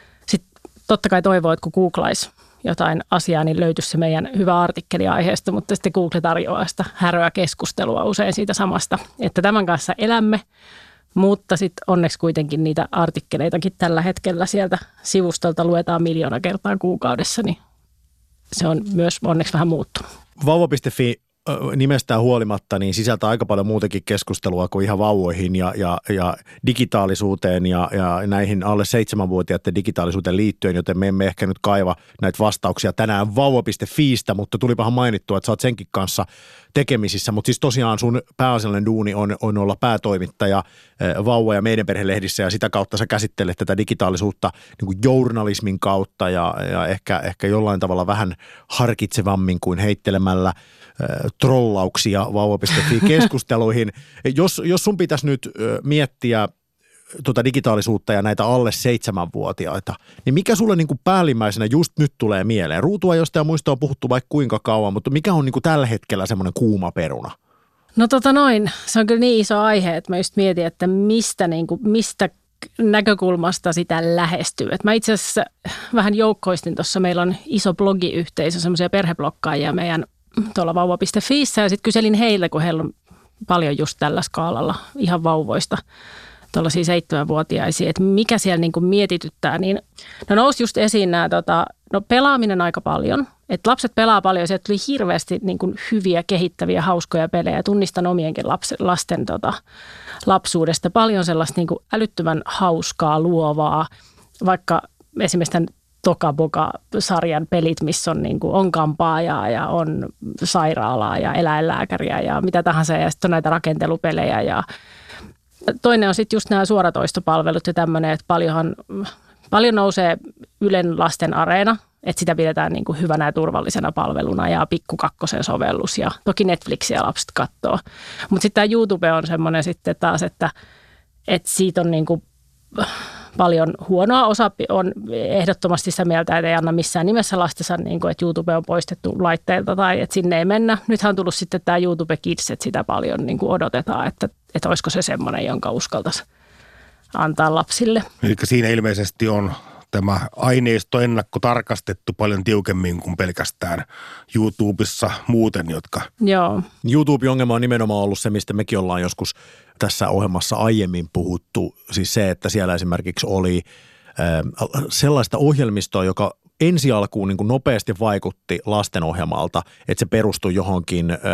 totta kai toivoo, että kun googlaisi jotain asiaa, niin löytyisi se meidän hyvä artikkeli aiheesta, mutta sitten Google tarjoaa sitä häröä keskustelua usein siitä samasta, että tämän kanssa elämme, mutta sitten onneksi kuitenkin niitä artikkeleitakin tällä hetkellä sieltä sivustolta luetaan miljoona kertaa kuukaudessa, niin se on myös onneksi vähän muuttunut. vauva piste fi nimestään huolimatta niin sisältää aika paljon muutakin keskustelua kuin ihan vauvoihin ja, ja, ja digitaalisuuteen ja, ja näihin alle seitsemänvuotiaiden digitaalisuuteen liittyen, joten me emme ehkä nyt kaiva näitä vastauksia tänään vauva piste fiistä, mutta tulipahan mainittua, että sä oot senkin kanssa tekemisissä, mutta siis tosiaan sun pääasiallinen duuni on, on olla päätoimittaja vauva ja meidän perhelehdissä ja sitä kautta sä käsittelet tätä digitaalisuutta niin kuin journalismin kautta ja, ja ehkä, ehkä jollain tavalla vähän harkitsevammin kuin heittelemällä trollauksia vauva piste fi-keskusteluihin. Jos, jos sun pitäisi nyt miettiä tuota digitaalisuutta ja näitä alle seitsemänvuotiaita, niin mikä sulle niin kuin päällimmäisenä just nyt tulee mieleen? Ruutua jostain muista on puhuttu vaikka kuinka kauan, mutta mikä on niin kuin tällä hetkellä semmoinen kuuma peruna? No tota noin, se on kyllä niin iso aihe, että mä just mietin, että mistä, niin kuin, mistä näkökulmasta sitä lähestyy. Et mä itse asiassa vähän joukkoistin tuossa, meillä on iso blogiyhteisö, semmoisia perheblokkaajia meidän tuolla vauva piste fiissä ja sitten kyselin heiltä, kun heillä on paljon just tällä skaalalla ihan vauvoista, tuollaisia seitsemänvuotiaisia, että mikä siellä niin kuin mietityttää, niin no nousi just esiin nämä, tota, no pelaaminen aika paljon, että lapset pelaa paljon, sieltä tuli hirveästi niin kuin hyviä, kehittäviä, hauskoja pelejä, tunnistan omienkin lapsen, lasten tota, lapsuudesta, paljon sellaista niin kuin älyttömän hauskaa, luovaa, vaikka esimerkiksi tämän Toka Boga-sarjan pelit, missä on, niin kuin, on kampaajaa ja on sairaalaa ja eläinlääkäriä ja mitä tahansa ja sitten on näitä rakentelupelejä ja toinen on sitten just nämä suoratoistopalvelut ja tämmöinen, että paljonhan, paljon nousee Ylen lasten areena, että sitä pidetään niin kuin hyvänä ja turvallisena palveluna ja Pikku Kakkosen sovellus ja toki Netflixiä lapset katsoo. Mutta sitten tämä YouTube on semmoinen sitten taas, että, että siitä on niin kuin paljon huonoa. Osa on ehdottomasti sitä mieltä, että ei anna missään nimessä lastensa, niin kuin, että YouTube on poistettu laitteilta tai että sinne ei mennä. Nythän on tullut sitten tämä YouTube Kids, että sitä paljon niin kuin odotetaan, että, että olisiko se semmoinen, jonka uskaltaisi antaa lapsille. Eli siinä ilmeisesti on tämä aineisto ennakkotarkastettu paljon tiukemmin kuin pelkästään YouTubessa muuten, jotka... Joo. YouTube-ongelma on nimenomaan ollut se, mistä mekin ollaan joskus tässä ohjelmassa aiemmin puhuttu. Siis se, että siellä esimerkiksi oli äh, sellaista ohjelmistoa, joka ensi alkuun niin kuin nopeasti vaikutti lastenohjelmalta, että se perustui johonkin ö,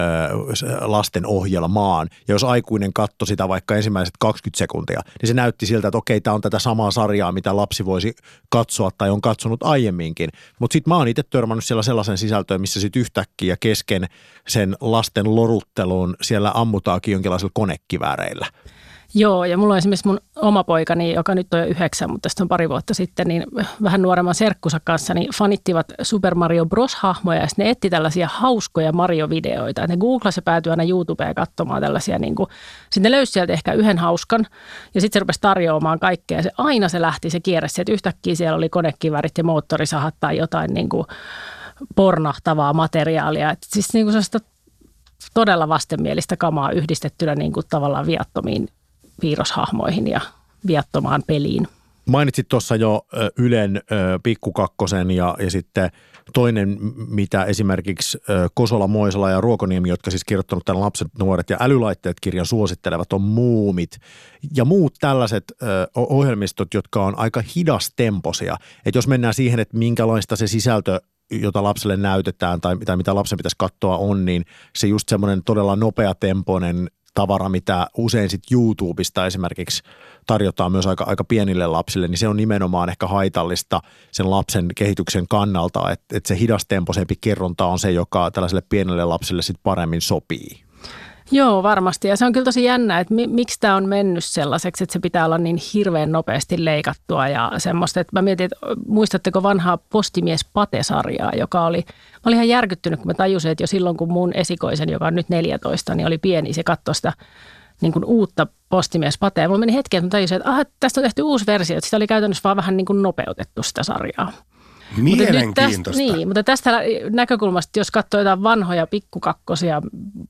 lastenohjelmaan. Ja jos aikuinen katsoi sitä vaikka ensimmäiset kaksikymmentä sekuntia, niin se näytti siltä, että okei, tämä on tätä samaa sarjaa, mitä lapsi voisi katsoa tai on katsonut aiemminkin. Mutta sitten mä oon itse törmännyt siellä sellaisen sisältöön, missä sitten yhtäkkiä kesken sen lasten lorutteluun siellä ammutaakin jonkinlaisilla konekivääreillä. Joo, ja mulla on esimerkiksi mun oma poikani, joka nyt on jo yhdeksän, mutta tästä on pari vuotta sitten, niin vähän nuoremman serkkunsa kanssa, niin fanittivat Super Mario Bros-hahmoja, ja sitten ne etti tällaisia hauskoja Mario-videoita. Ne googlasi ja päätyi aina YouTubeen katsomaan tällaisia, niin kuin, sitten ne löysi sieltä ehkä yhden hauskan, ja sitten se rupesi tarjoamaan kaikkea, ja se, aina se lähti, se kierresi, että yhtäkkiä siellä oli konekivärit ja moottorisahat tai jotain niin kuin pornahtavaa materiaalia. Et siis niin kuin sellaista todella vastenmielistä kamaa yhdistettynä niin kuin tavallaan viattomiin piirroshahmoihin ja viattomaan peliin. Mainitsit tuossa jo Ylen Pikkukakkosen ja, ja sitten toinen, mitä esimerkiksi Kosola, Moisala ja Ruokoniemi, jotka siis kirjoittanut tämän Lapset, nuoret ja älylaitteet-kirjan suosittelevat, on Muumit ja muut tällaiset ohjelmistot, jotka on aika hidastempoisia. Että jos mennään siihen, että minkälaista se sisältö, jota lapselle näytetään tai, tai mitä lapsen pitäisi katsoa on, niin se just semmoinen todella nopeatempoinen tavara, mitä usein sitten YouTubesta esimerkiksi tarjotaan myös aika, aika pienille lapsille, niin se on nimenomaan ehkä haitallista sen lapsen kehityksen kannalta, että, että se hidastempoisempi kerronta on se, joka tällaiselle pienelle lapselle sitten paremmin sopii. Joo, varmasti. Ja se on kyllä tosi jännä, että mi- miksi tämä on mennyt sellaiseksi, että se pitää olla niin hirveän nopeasti leikattua ja semmoista. Että mä mietin, että muistatteko vanhaa Postimies Pate-sarjaa, joka oli, mä olin ihan järkyttynyt, kun mä tajusin, että jo silloin, kun mun esikoisen, joka on nyt neljätoista, niin oli pieni, se katsoi sitä niin kuin uutta Postimies Patea. Mulla meni hetki, että mä tajusin, että aha, tästä on tehty uusi versio, että sitä oli käytännössä vaan vähän niin kuin nopeutettu sitä sarjaa. Mielenkiintoista. Mutta tästä, niin, mutta tästä näkökulmasta, jos katsoo jotain vanhoja pikkukakkosia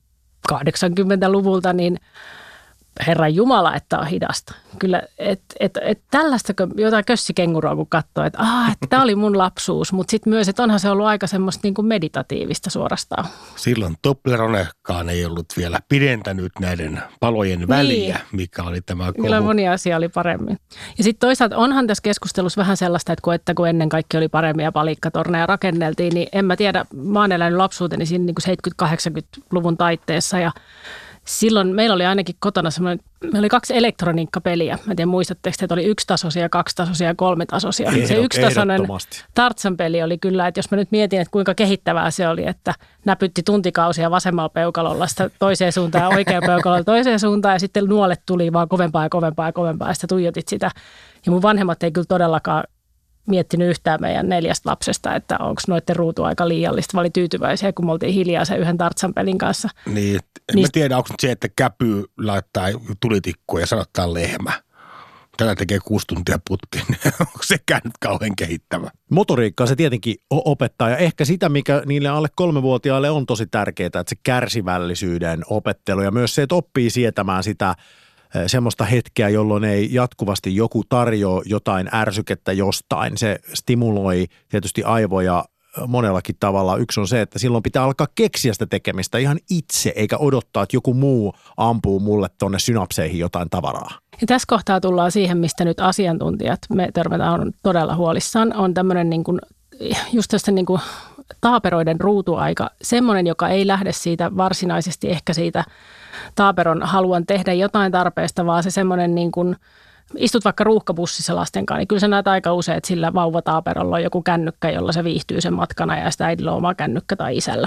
kahdeksankymmentäluvulta, niin Herran Jumala, että on hidasta. Kyllä, että et, et tällaista jotain kössikengurua kun katsoo, että ah, että tämä oli mun lapsuus, mutta sitten myös, että onhan se ollut aika semmoista niin kuin meditatiivista suorastaan. Silloin Tobleronekaan ei ollut vielä pidentänyt näiden palojen väliä, niin, mikä oli tämä kohu. Kyllä moni asia oli paremmin. Ja sitten toisaalta onhan tässä keskustelussa vähän sellaista, että kun, että kun ennen kaikki oli paremmin ja palikkatorneja rakenneltiin, niin en mä tiedä, mä oon elänyt lapsuuteni siinä niin kuin seitsemänkymmentä-kahdeksankymmentäluvun taitteessa ja silloin meillä oli ainakin kotona semmoinen, meillä oli kaksi elektroniikkapeliä. Mä en tiedä, muistatteko, että oli yksitasoisia, kaksitasoisia ja kolmitasoisia. Ehdot, se yksitasoinen Tarzan-peli oli kyllä, että jos mä nyt mietin, että kuinka kehittävää se oli, että näpytti tuntikausia vasemmalla peukalolla sitä toiseen suuntaan ja oikealla peukalolla toiseen suuntaan ja sitten nuolet tuli vaan kovempaa ja kovempaa ja kovempaa ja sitten tuijotit sitä. Ja mun vanhemmat ei kyllä todellakaan miettinyt yhtään meidän neljästä lapsesta, että onko noiden ruutu aika liiallista, vai oli tyytyväisiä, kun me oltiin hiljaa sen yhden Tarzan-pelin kanssa. Niin, en niin, mä tiedä, onko se, että käpy laittaa tulitikkuun ja sanottaa lehmä. Tätä tekee kuusi tuntia putkeen. Onko sekään nyt kauhean kehittävä? Motoriikkaa se tietenkin opettaa ja ehkä sitä, mikä niille alle kolmevuotiaille on tosi tärkeää, että se kärsivällisyyden opettelu ja myös se, että oppii sietämään sitä semmoista hetkeä, jolloin ei jatkuvasti joku tarjoa jotain ärsykettä jostain. Se stimuloi tietysti aivoja monellakin tavalla. Yksi on se, että silloin pitää alkaa keksiä sitä tekemistä ihan itse, eikä odottaa, että joku muu ampuu mulle tuonne synapseihin jotain tavaraa. Ja tässä kohtaa tullaan siihen, mistä nyt asiantuntijat, me törmätään on todella huolissaan, on tämmöinen niin kuin, just tästä niin kuin taaperoiden ruutuaika, semmoinen, joka ei lähde siitä varsinaisesti ehkä siitä taaperon haluan tehdä jotain tarpeesta, vaan se semmoinen niin kuin, istut vaikka ruuhkabussissa lasten kanssa, niin kyllä sä näet aika usein, että sillä vauvataaperolla on joku kännykkä, jolla se viihtyy sen matkana ja sitä äidillä on oma kännykkä tai isällä.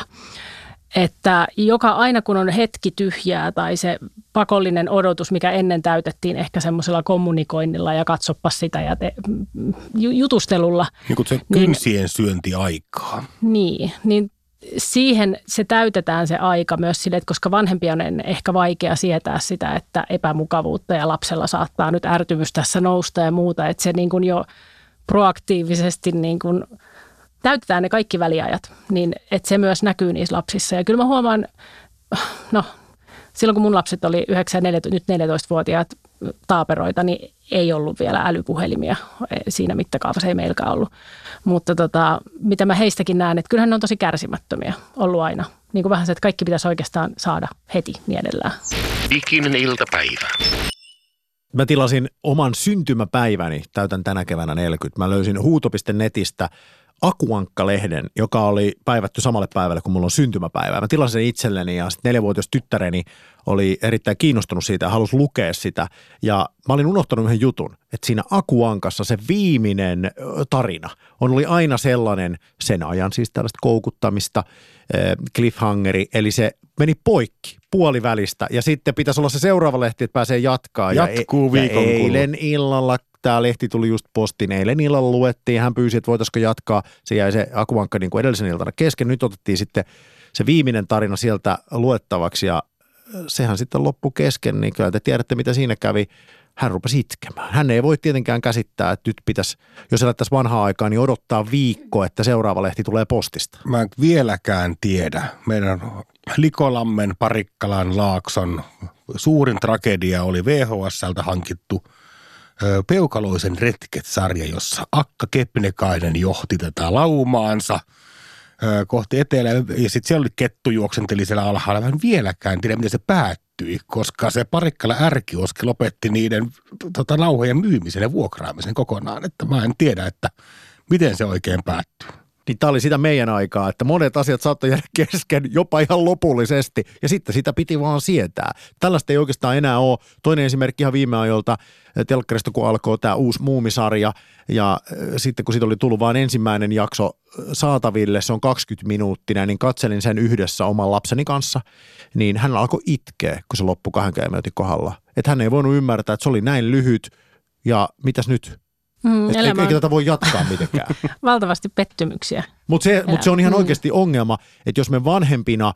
Että joka aina kun on hetki tyhjää tai se pakollinen odotus, mikä ennen täytettiin ehkä semmoisella kommunikoinnilla ja katsopas sitä ja te, jutustelulla. Niin kuin se kynsien niin, syöntiaikaa. Niin, niin siihen se täytetään se aika myös sille, että koska vanhempia on ehkä vaikea sietää sitä, että epämukavuutta ja lapsella saattaa nyt ärtymys tässä nousta ja muuta, että se niin kuin jo proaktiivisesti niin kuin täytetään ne kaikki väliajat, niin että se myös näkyy niissä lapsissa. Ja kyllä mä huomaan, no silloin kun mun lapset oli yhdeksän ja neljätoista, nyt neljätoistavuotiaat taaperoita, niin ei ollut vielä älypuhelimia siinä mittakaavassa, ei meilläkään ollut. Mutta tota, mitä mä heistäkin näen, että kyllähän ne on tosi kärsimättömiä ollut aina. Niin kuin vähän se, että kaikki pitäisi oikeastaan saada heti mielellään. Diginen iltapäivä. Mä tilasin oman syntymäpäiväni, täytän tänä keväänä neljäkymmentä. Mä löysin huuto piste netistä Akuankka-lehden, joka oli päivätty samalle päivälle, kun mulla on syntymäpäivä. Mä tilasin sen itselleni ja sitten neljävuotias tyttäreni oli erittäin kiinnostunut siitä ja halusi lukea sitä. Ja mä olin unohtanut yhden jutun, että siinä Akuankassa se viimeinen tarina on oli aina sellainen, sen ajan siis tällaista koukuttamista, cliffhangeri, eli se meni poikki puolivälistä ja sitten pitäisi olla se seuraava lehti, että pääsee jatkaa. Jatkuu ja viikon ja eilen illalla, tämä lehti tuli just postiin, eilen illalla luettiin, hän pyysi, että voitaisiko jatkaa, se jäi se Akuankka niin kuin edellisen iltana kesken, nyt otettiin sitten se viimeinen tarina sieltä luettavaksi ja sehän sitten loppui kesken, niin kyllä te tiedätte mitä siinä kävi. Hän rupesi itkemään. Hän ei voi tietenkään käsittää, että nyt pitäisi, jos elättäisiin vanhaa aikaa, niin odottaa viikko, että seuraava lehti tulee postista. Mä en vieläkään tiedä. Meidän Likolammen, Parikkalan, Laakson suurin tragedia oli V H S:ltä hankittu Peukaloisen retket-sarja, jossa Akka Kepnekainen johti tätä laumaansa kohti etelää. Ja sitten siellä oli kettu juoksenteli siellä alhaalla. Mä en vieläkään tiedä, miten se päättyi, koska se Parikkala R-kioski lopetti niiden tota, nauhojen myymisen ja vuokraamisen kokonaan. Että mä en tiedä, että miten se oikein päättyy. Niin tämä oli sitä meidän aikaa, että monet asiat saattoi jäädä kesken jopa ihan lopullisesti ja sitten sitä piti vaan sietää. Tällaista ei oikeastaan enää ole. Toinen esimerkki ihan viime ajoilta telkkarista, kun alkoi tämä uusi Muumisarja ja sitten kun siitä oli tullut vain ensimmäinen jakso saataville, se on kaksikymmentä minuuttinen, niin katselin sen yhdessä oman lapseni kanssa, niin hän alkoi itkeä, kun se loppui kahdenkymmenen minuutin kohdalla. Että hän ei voinut ymmärtää, että se oli näin lyhyt ja mitäs nyt? Mm, Että eikä tätä voi jatkaa mitenkään. Valtavasti pettymyksiä. Mutta se, mut se on ihan oikeasti ongelma, että jos me vanhempina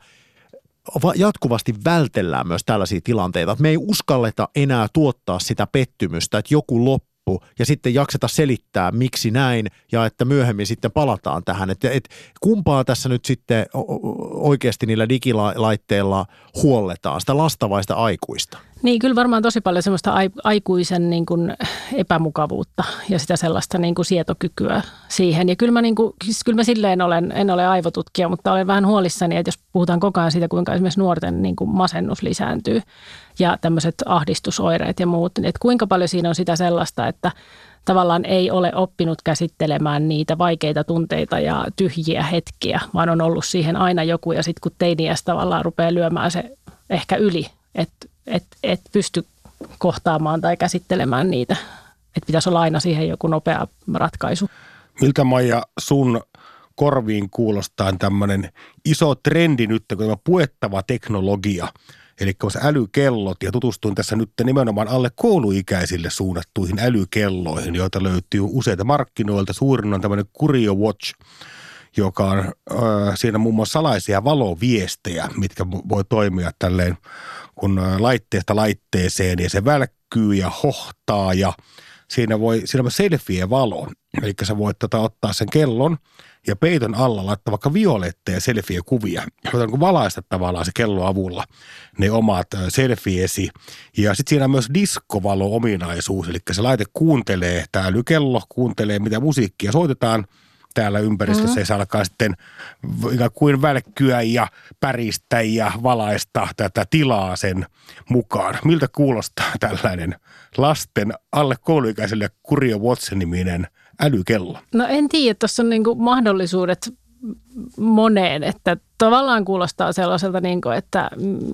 jatkuvasti vältellään myös tällaisia tilanteita, että me ei uskalleta enää tuottaa sitä pettymystä, että joku loppu ja sitten jakseta selittää, miksi näin ja että myöhemmin sitten palataan tähän. Että et kumpaa tässä nyt sitten oikeasti niillä digilaitteilla huolletaan, sitä lasta vai sitä aikuista? Niin, kyllä varmaan tosi paljon semmoista aikuisen niin kuin epämukavuutta ja sitä sellaista niin kuin sietokykyä siihen. Ja kyllä mä, niin kuin, siis kyllä mä silleen olen, en ole aivotutkija, mutta olen vähän huolissani, että jos puhutaan koko ajan siitä, kuinka esimerkiksi nuorten niin kuin masennus lisääntyy ja tämmöiset ahdistusoireet ja muut, että kuinka paljon siinä on sitä sellaista, että tavallaan ei ole oppinut käsittelemään niitä vaikeita tunteita ja tyhjiä hetkiä, vaan on ollut siihen aina joku ja sitten kun teiniässä tavallaan rupeaa lyömään se ehkä yli, että et, et pysty kohtaamaan tai käsittelemään niitä. Että pitäisi olla aina siihen joku nopea ratkaisu. Miltä, Maija, sun korviin kuulostaa tämmöinen iso trendi nyt, kun tämä puettava teknologia, eli älykellot, ja tutustuin tässä nyt nimenomaan alle kouluikäisille suunnattuihin älykelloihin, joita löytyy useita markkinoilta. Suurin on tämmöinen Curio Watch, joka on äh, siinä muun muassa salaisia valoviestejä, mitkä voi toimia tälleen, kun laitteesta laitteeseen ja se välkkyy ja hohtaa ja siinä voi, siinä on selfie-valo. Eli sä voit tota, ottaa sen kellon ja peiton alla laittaa vaikka violetteja selfie-kuvia, joita on valaista tavallaan se kello avulla ne omat selfiesi. Ja sitten siinä on myös diskovalo-ominaisuus, eli se laite kuuntelee, tämä älykello kuuntelee mitä musiikkia soitetaan täällä ympäristössä, mm-hmm. ja se alkaa sitten ikään kuin välkkyä ja päristä ja valaista tätä tilaa sen mukaan. Miltä kuulostaa tällainen lasten alle kouluikäiselle Curio Watch-niminen älykello? No en tiedä, tuossa on niinku mahdollisuudet moneen, että tavallaan kuulostaa sellaiselta, niin kuin, että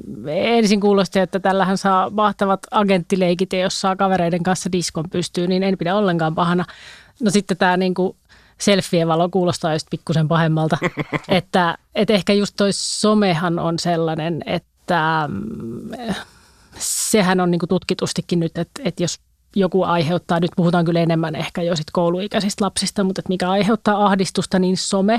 ensin kuulosti, että tällähän saa mahtavat agenttileikit ja jos saa kavereiden kanssa diskon pystyy, niin en pidä ollenkaan pahana. No sitten tämä niin kuin selfien valo kuulostaa just pikkusen pahemmalta, että, että ehkä just toi somehan on sellainen, että sehän on niin kuin tutkitustikin nyt, että, että jos joku aiheuttaa, nyt puhutaan kyllä enemmän ehkä jo sit kouluikäisistä lapsista, mutta että mikä aiheuttaa ahdistusta, niin some,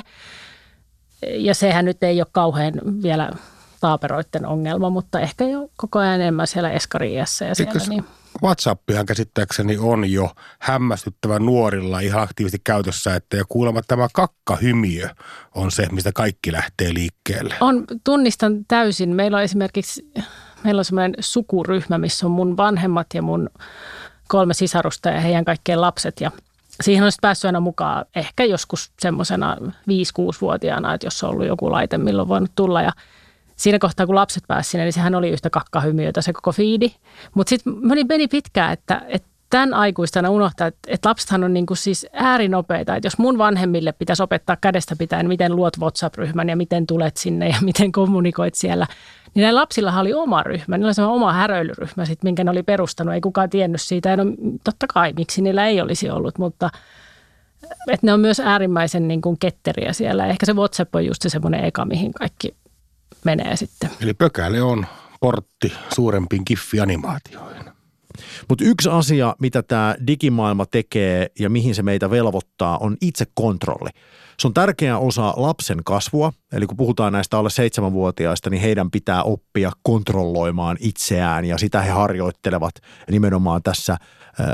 ja sehän nyt ei ole kauhean vielä taaperoiden ongelma, mutta ehkä jo koko ajan enemmän siellä eskari-iässä ja siellä. Niin. WhatsAppihan käsittääkseni on jo hämmästyttävän nuorilla ihan aktiivisesti käytössä, että ja kuulemma tämä kakkahymiö on se, mistä kaikki lähtee liikkeelle. On, tunnistan täysin. Meillä on esimerkiksi, meillä on semmoinen sukuryhmä, missä on mun vanhemmat ja mun kolme sisarusta ja heidän kaikkien lapset. Ja siihen on sitten päässyt aina mukaan ehkä joskus semmoisena viisi-kuusi-vuotiaana, että jos on ollut joku laite, milloin on voinut tulla. Ja siinä kohtaa, kun lapset pääsivät sinne, niin sehän oli yhtä kakkahymiötä se koko fiidi. Mutta sitten meni pitkään, että, että tämän aikuistana unohtaa, että, että lapsethan on niinku siis äärinopeita. Että jos mun vanhemmille pitäisi opettaa kädestä pitäen, miten luot WhatsApp-ryhmän ja miten tulet sinne ja miten kommunikoit siellä, niin näillä lapsillahan oli oma ryhmä. Niillä oli semmoinen oma häröilyryhmä, sit, minkä ne oli perustanut. Ei kukaan tiennyt siitä. Ja no, totta kai, miksi niillä ei olisi ollut, mutta että ne on myös äärimmäisen niin kuin ketteriä siellä. Ehkä se WhatsApp on just se semmoinen eka, mihin kaikki menee sitten. Eli pökäle on portti suurempiin giffianimaatioihin. Mutta yksi asia, mitä tämä digimaailma tekee ja mihin se meitä velvoittaa, on itsekontrolli. Se on tärkeä osa lapsen kasvua, eli kun puhutaan näistä alle seitsemänvuotiaista, niin heidän pitää oppia kontrolloimaan itseään ja sitä he harjoittelevat nimenomaan tässä ä,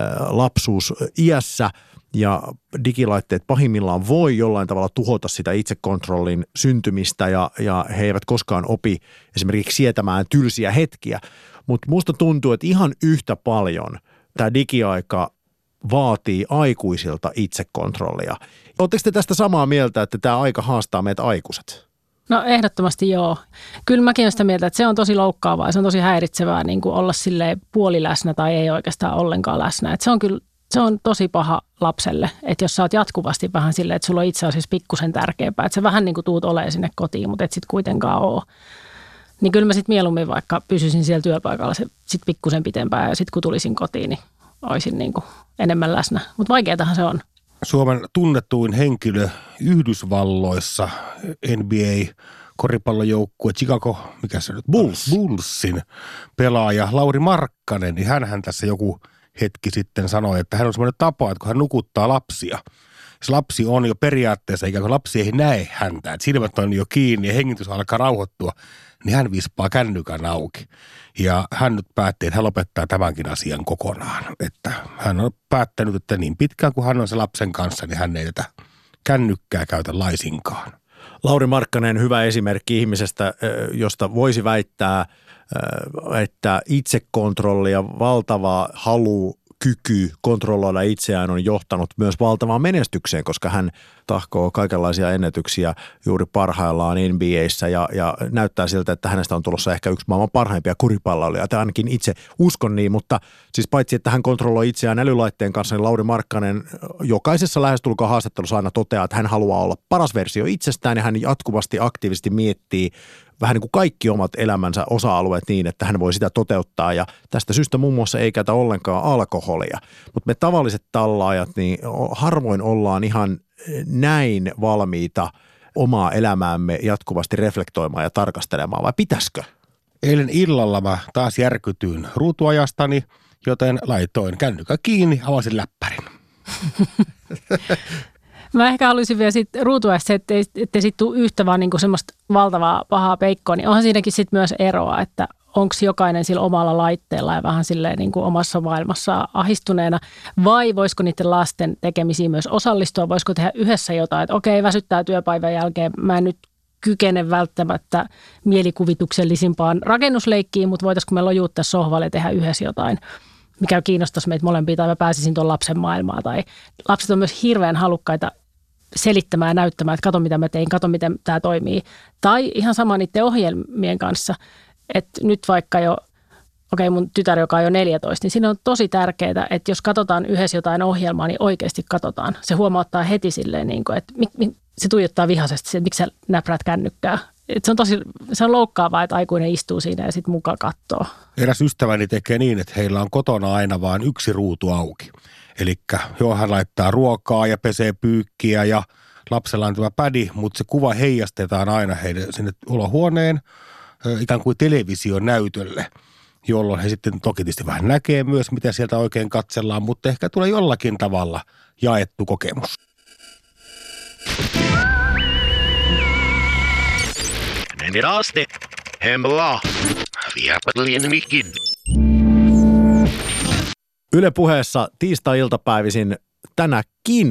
lapsuusiässä. Ja digilaitteet pahimmillaan voi jollain tavalla tuhota sitä itsekontrollin syntymistä ja, ja he eivät koskaan opi esimerkiksi sietämään tylsiä hetkiä. Mutta musta tuntuu, että ihan yhtä paljon tämä digiaika vaatii aikuisilta itsekontrollia. Oletteko te tästä samaa mieltä, että tämä aika haastaa meitä aikuiset? No ehdottomasti joo. Kyllä mäkin olen sitä mieltä, että se on tosi loukkaavaa ja se on tosi häiritsevää niin kuin olla silleen puoliläsnä tai ei oikeastaan ollenkaan läsnä. Että se on kyllä se on tosi paha lapselle, että jos sä oot jatkuvasti vähän silleen, että sulla on itse asiassa pikkusen tärkeämpää, että sä vähän niin kuin tuut olemaan sinne kotiin, mutta et sit kuitenkaan ole. Niin kyllä mä sit mieluummin vaikka pysyisin siellä työpaikalla se sit pikkusen pitempään ja sit kun tulisin kotiin, niin olisin niin kuin enemmän läsnä. Mutta vaikeatahan se on. Suomen tunnetuin henkilö Yhdysvalloissa, N B A-koripallojoukkue Chicago, mikä se nyt Bulls. Bullsin pelaaja Lauri Markkanen, niin hänhän tässä joku hetki sitten sanoi, että hän on semmoinen tapa, että kun hän nukuttaa lapsia, jos lapsi on jo periaatteessa, ikään kuin lapsi ei näe häntä, että silmät on jo kiinni ja hengitys alkaa rauhoittua, niin hän vispaa kännykän auki. Ja hän nyt päätti, että hän lopettaa tämänkin asian kokonaan. Että hän on päättänyt, että niin pitkään kuin hän on se lapsen kanssa, niin hän ei tätä kännykkää käytä laisinkaan. Lauri Markkanen, hyvä esimerkki ihmisestä, josta voisi väittää, että itsekontrolli ja valtava halu, kyky kontrolloida itseään on johtanut myös valtavaan menestykseen, koska hän tahkoo kaikenlaisia ennätyksiä juuri parhaillaan N B A:ssä ja, ja näyttää siltä, että hänestä on tulossa ehkä yksi maailman parhaimpia koripalloilijoita. Ainakin itse uskon niin, mutta siis paitsi, että hän kontrolloi itseään älylaitteen kanssa, niin Lauri Markkanen jokaisessa lähestulkoon haastattelussa aina toteaa, että hän haluaa olla paras versio itsestään ja hän jatkuvasti aktiivisesti miettii vähän niin kuin kaikki omat elämänsä osa-alueet niin, että hän voi sitä toteuttaa ja tästä syystä muun muassa ei käytä ollenkaan alkoholia. Mutta me tavalliset tallaajat, niin harvoin ollaan ihan näin valmiita omaa elämäämme jatkuvasti reflektoimaan ja tarkastelemaan, vai pitäisikö? Eilen illalla mä taas järkytyin ruutuajastani, joten laitoin kännykän kiinni, avasin läppärin. Mä ehkä haluaisin vielä sitten ruutuajasta se, ettei, ettei sitten tule yhtä vaan niinku semmoista valtavaa pahaa peikkoa, niin onhan siinäkin sitten myös eroa, että onko jokainen sillä omalla laitteella ja vähän silleen niin kuin omassa maailmassa ahistuneena, vai voisiko niiden lasten tekemisiin myös osallistua, voisiko tehdä yhdessä jotain, että okei, väsyttää työpäivän jälkeen, mä en nyt kykene välttämättä mielikuvituksellisimpaan rakennusleikkiin, mutta voitaisiko me lojuuttaa sohvalle ja tehdä yhdessä jotain, mikä kiinnostaisi meitä molempia, tai mä pääsisin tuon lapsen maailmaan, tai lapset on myös hirveän halukkaita selittämään ja näyttämään, että kato mitä mä tein, kato miten tämä toimii, tai ihan sama niiden ohjelmien kanssa. Että nyt vaikka jo, okei mun tytär, joka on jo neljätoista, niin siinä on tosi tärkeää, että jos katsotaan yhdessä jotain ohjelmaa, niin oikeasti katsotaan. Se huomauttaa heti silleen, niin kuin, että se tuijottaa vihaisesti, että miksi sä näpräät kännykkää. Että se on tosi, se on loukkaavaa, että aikuinen istuu siinä ja sitten mukaan katsoo. Eräs ystäväni tekee niin, että heillä on kotona aina vain yksi ruutu auki. Eli joo, hän laittaa ruokaa ja pesee pyykkiä ja lapsella on tämä pädi, mutta se kuva heijastetaan aina heille sinne olohuoneen ikään kuin television näytölle, jolloin he sitten toki tietysti vähän näkee myös, mitä sieltä oikein katsellaan, mutta ehkä tulee jollakin tavalla jaettu kokemus. Nemidaasti, hemla, viapatlien mikin. Yle Puheessa tiistai-iltapäivisin tänäkin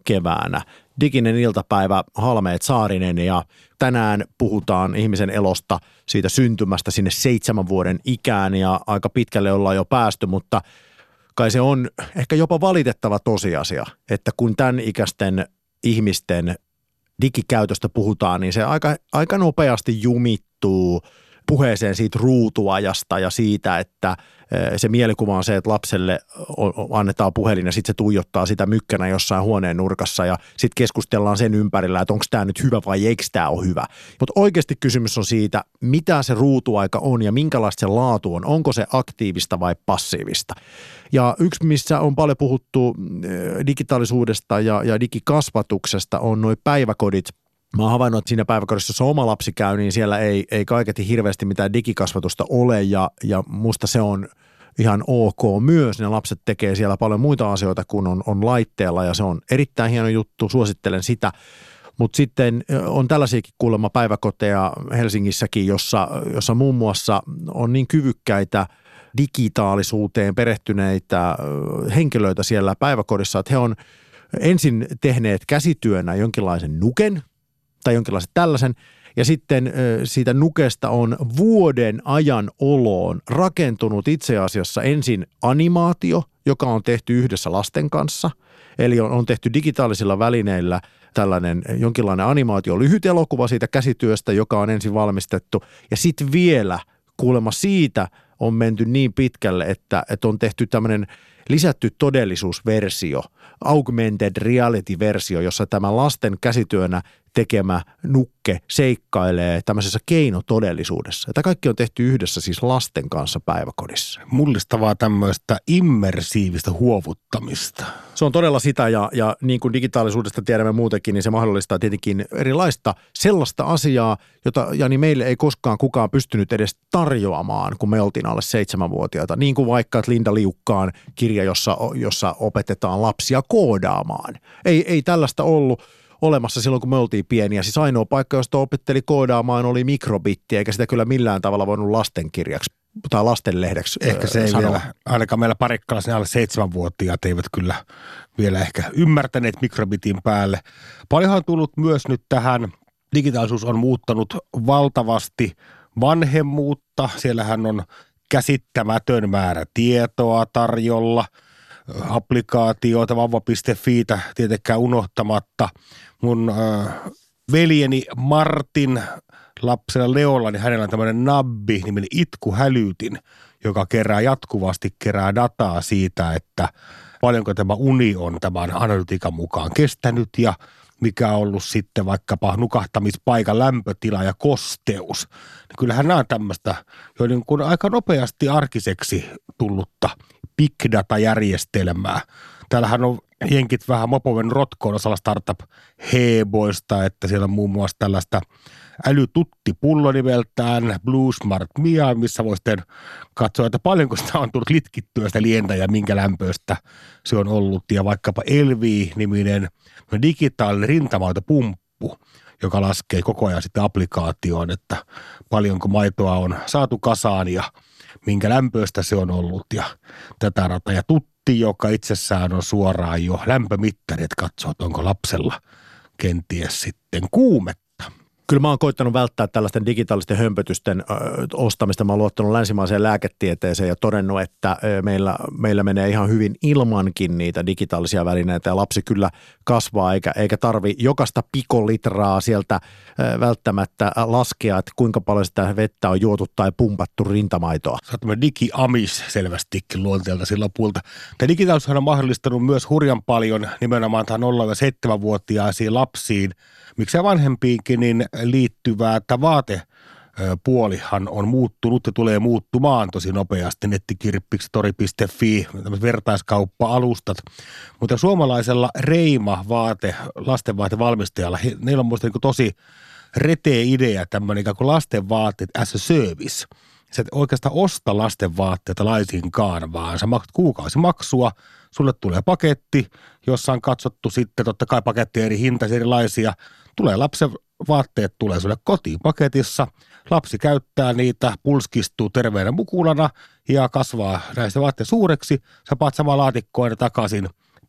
keväänä. Diginen iltapäivä, Halmeet Saarinen, ja tänään puhutaan ihmisen elosta, siitä syntymästä sinne seitsemän vuoden ikään, ja aika pitkälle ollaan jo päästy, mutta kai se on ehkä jopa valitettava tosiasia, että kun tämän ikäisten ihmisten digikäytöstä puhutaan, niin se aika, aika nopeasti jumittuu puheeseen siitä ruutuajasta ja siitä, että se mielikuva on se, että lapselle annetaan puhelin ja sitten se tuijottaa sitä mykkänä jossain huoneen nurkassa ja sitten keskustellaan sen ympärillä, että onko tämä nyt hyvä vai eikö tämä ole hyvä. Mutta oikeasti kysymys on siitä, mitä se ruutuaika on ja minkälaista se laatu on. Onko se aktiivista vai passiivista? Ja yksi, missä on paljon puhuttu digitaalisuudesta ja, ja digikasvatuksesta, on nuo päiväkodit. Mä oon havainnut, että siinä päiväkodissa, jossa oma lapsi käy, niin siellä ei, ei kaiketi hirveästi mitään digikasvatusta ole ja, ja musta se on ihan ok myös. Ne lapset tekee siellä paljon muita asioita kuin on, on laitteella ja se on erittäin hieno juttu, suosittelen sitä. Mutta sitten on tällaisiakin kuulemma päiväkoteja Helsingissäkin, jossa, jossa muun muassa on niin kyvykkäitä digitaalisuuteen perehtyneitä henkilöitä siellä päiväkodissa, että he on ensin tehneet käsityönä jonkinlaisen nuken, tai jonkinlaisen tällaisen, ja sitten siitä nukesta on vuoden ajan oloon rakentunut itse asiassa ensin animaatio, joka on tehty yhdessä lasten kanssa, eli on, on tehty digitaalisilla välineillä tällainen jonkinlainen animaatio, lyhyt elokuva siitä käsityöstä, joka on ensin valmistettu, ja sitten vielä kuulemma siitä on menty niin pitkälle, että, että on tehty tämmöinen lisätty todellisuusversio, augmented reality-versio, jossa tämä lasten käsityönä tekemä nukke seikkailee tämmöisessä keinotodellisuudessa. Tämä kaikki on tehty yhdessä siis lasten kanssa päiväkodissa. Mullistavaa tämmöistä immersiivistä huovuttamista. Se on todella sitä ja, ja niin kuin digitaalisuudesta tiedämme muutenkin, niin se mahdollistaa tietenkin erilaista sellaista asiaa, jota Jani meille ei koskaan kukaan pystynyt edes tarjoamaan, kun me oltiin alle seitsemänvuotiaita. Niin kuin vaikka että Linda Liukkaan kirja, jossa, jossa opetetaan lapsia koodaamaan. Ei, ei tällaista ollut olemassa silloin, kun me oltiin pieniä. Siis ainoa paikka, josta opetteli koodaamaan, oli mikrobitti, eikä sitä kyllä millään tavalla voinut lastenkirjaksi tai lastenlehdeksi Ehkä se ei sanoa. vielä, ainakaan meillä Parikkalassa ne alle seitsemänvuotiaat eivät kyllä vielä ehkä ymmärtäneet mikrobitin päälle. Paljonhan on tullut myös nyt tähän, digitaalisuus on muuttanut valtavasti vanhemmuutta. Siellähän on käsittämätön määrä tietoa tarjolla, applikaatioita, vauva piste fiitä tietenkään unohtamatta. Mun äh, veljeni Martin lapsella Leolla, niin hänellä on tämmöinen nabbi, niminen itkuhälytin, joka kerää jatkuvasti kerää dataa siitä, että paljonko tämä uni on tämän analytiikan mukaan kestänyt ja mikä on ollut sitten vaikkapa nukahtamispaikan lämpötila ja kosteus. Niin kyllähän nämä on tämmöistä jo niin kuin aika nopeasti arkiseksi tullutta big data-järjestelmää. Täällähän on jenkit vähän mopoven rotkoon osalla startup-heboista, että siellä on muun muassa tällaista älytuttipullo nimeltään Blue Smart Mia, missä voi sitten katsoa, että paljonko sitä on tullut litkittyä sitä lientä ja minkä lämpöistä se on ollut. Ja vaikkapa Elvi-niminen digitaalinen rintamaitopumppu, joka laskee koko ajan sitten applikaatioon, että paljonko maitoa on saatu kasaan ja minkä lämpöistä se on ollut ja tätä rata. Ja tutti, joka itsessään on suoraan jo lämpömittari, että katsoo, että onko lapsella kenties sitten kuumetta. Kyllä mä oon koittanut välttää tällaisten digitaalisten hömpötysten ö, ostamista. Mä oon luottanut länsimaiseen lääketieteeseen ja todennut, että ö, meillä, meillä menee ihan hyvin ilmankin niitä digitaalisia välineitä ja lapsi kyllä kasvaa eikä, eikä tarvi jokaista pikolitraa sieltä ö, välttämättä laskea, että kuinka paljon sitä vettä on juotu tai pumpattu rintamaitoa. Se on tämmöinen digi-amis selvästikin luonteelta sillä lopulta. Tämä digitaalisuus on mahdollistanut myös hurjan paljon nimenomaan tähän nolla ja seitsemän-vuotiaisiin lapsiin, miksei vanhempiinkin, niin liittyvää, että vaatepuolihan on muuttunut ja tulee muuttumaan tosi nopeasti. Nettikirppiksi, tori piste fi, vertaiskauppa-alustat. Mutta suomalaisella Reima-vaate, lastenvaatevalmistajalla, heillä on muista niin tosi retee idea, tämmöinen ikään kuin lastenvaatteet as a service. Sä et oikeastaan osta lastenvaatteita laisinkaan, vaan sä maksat kuukausimaksua, sulle tulee paketti, jossa on katsottu sitten totta kai pakettien eri hintaisia erilaisia. Tulee lapsen vaatteet, tulee sulle kotiin paketissa, lapsi käyttää niitä, pulskistuu terveenä mukulana ja kasvaa näistä vaatteet suureksi. Sä paat samaa laatikkoa takaisin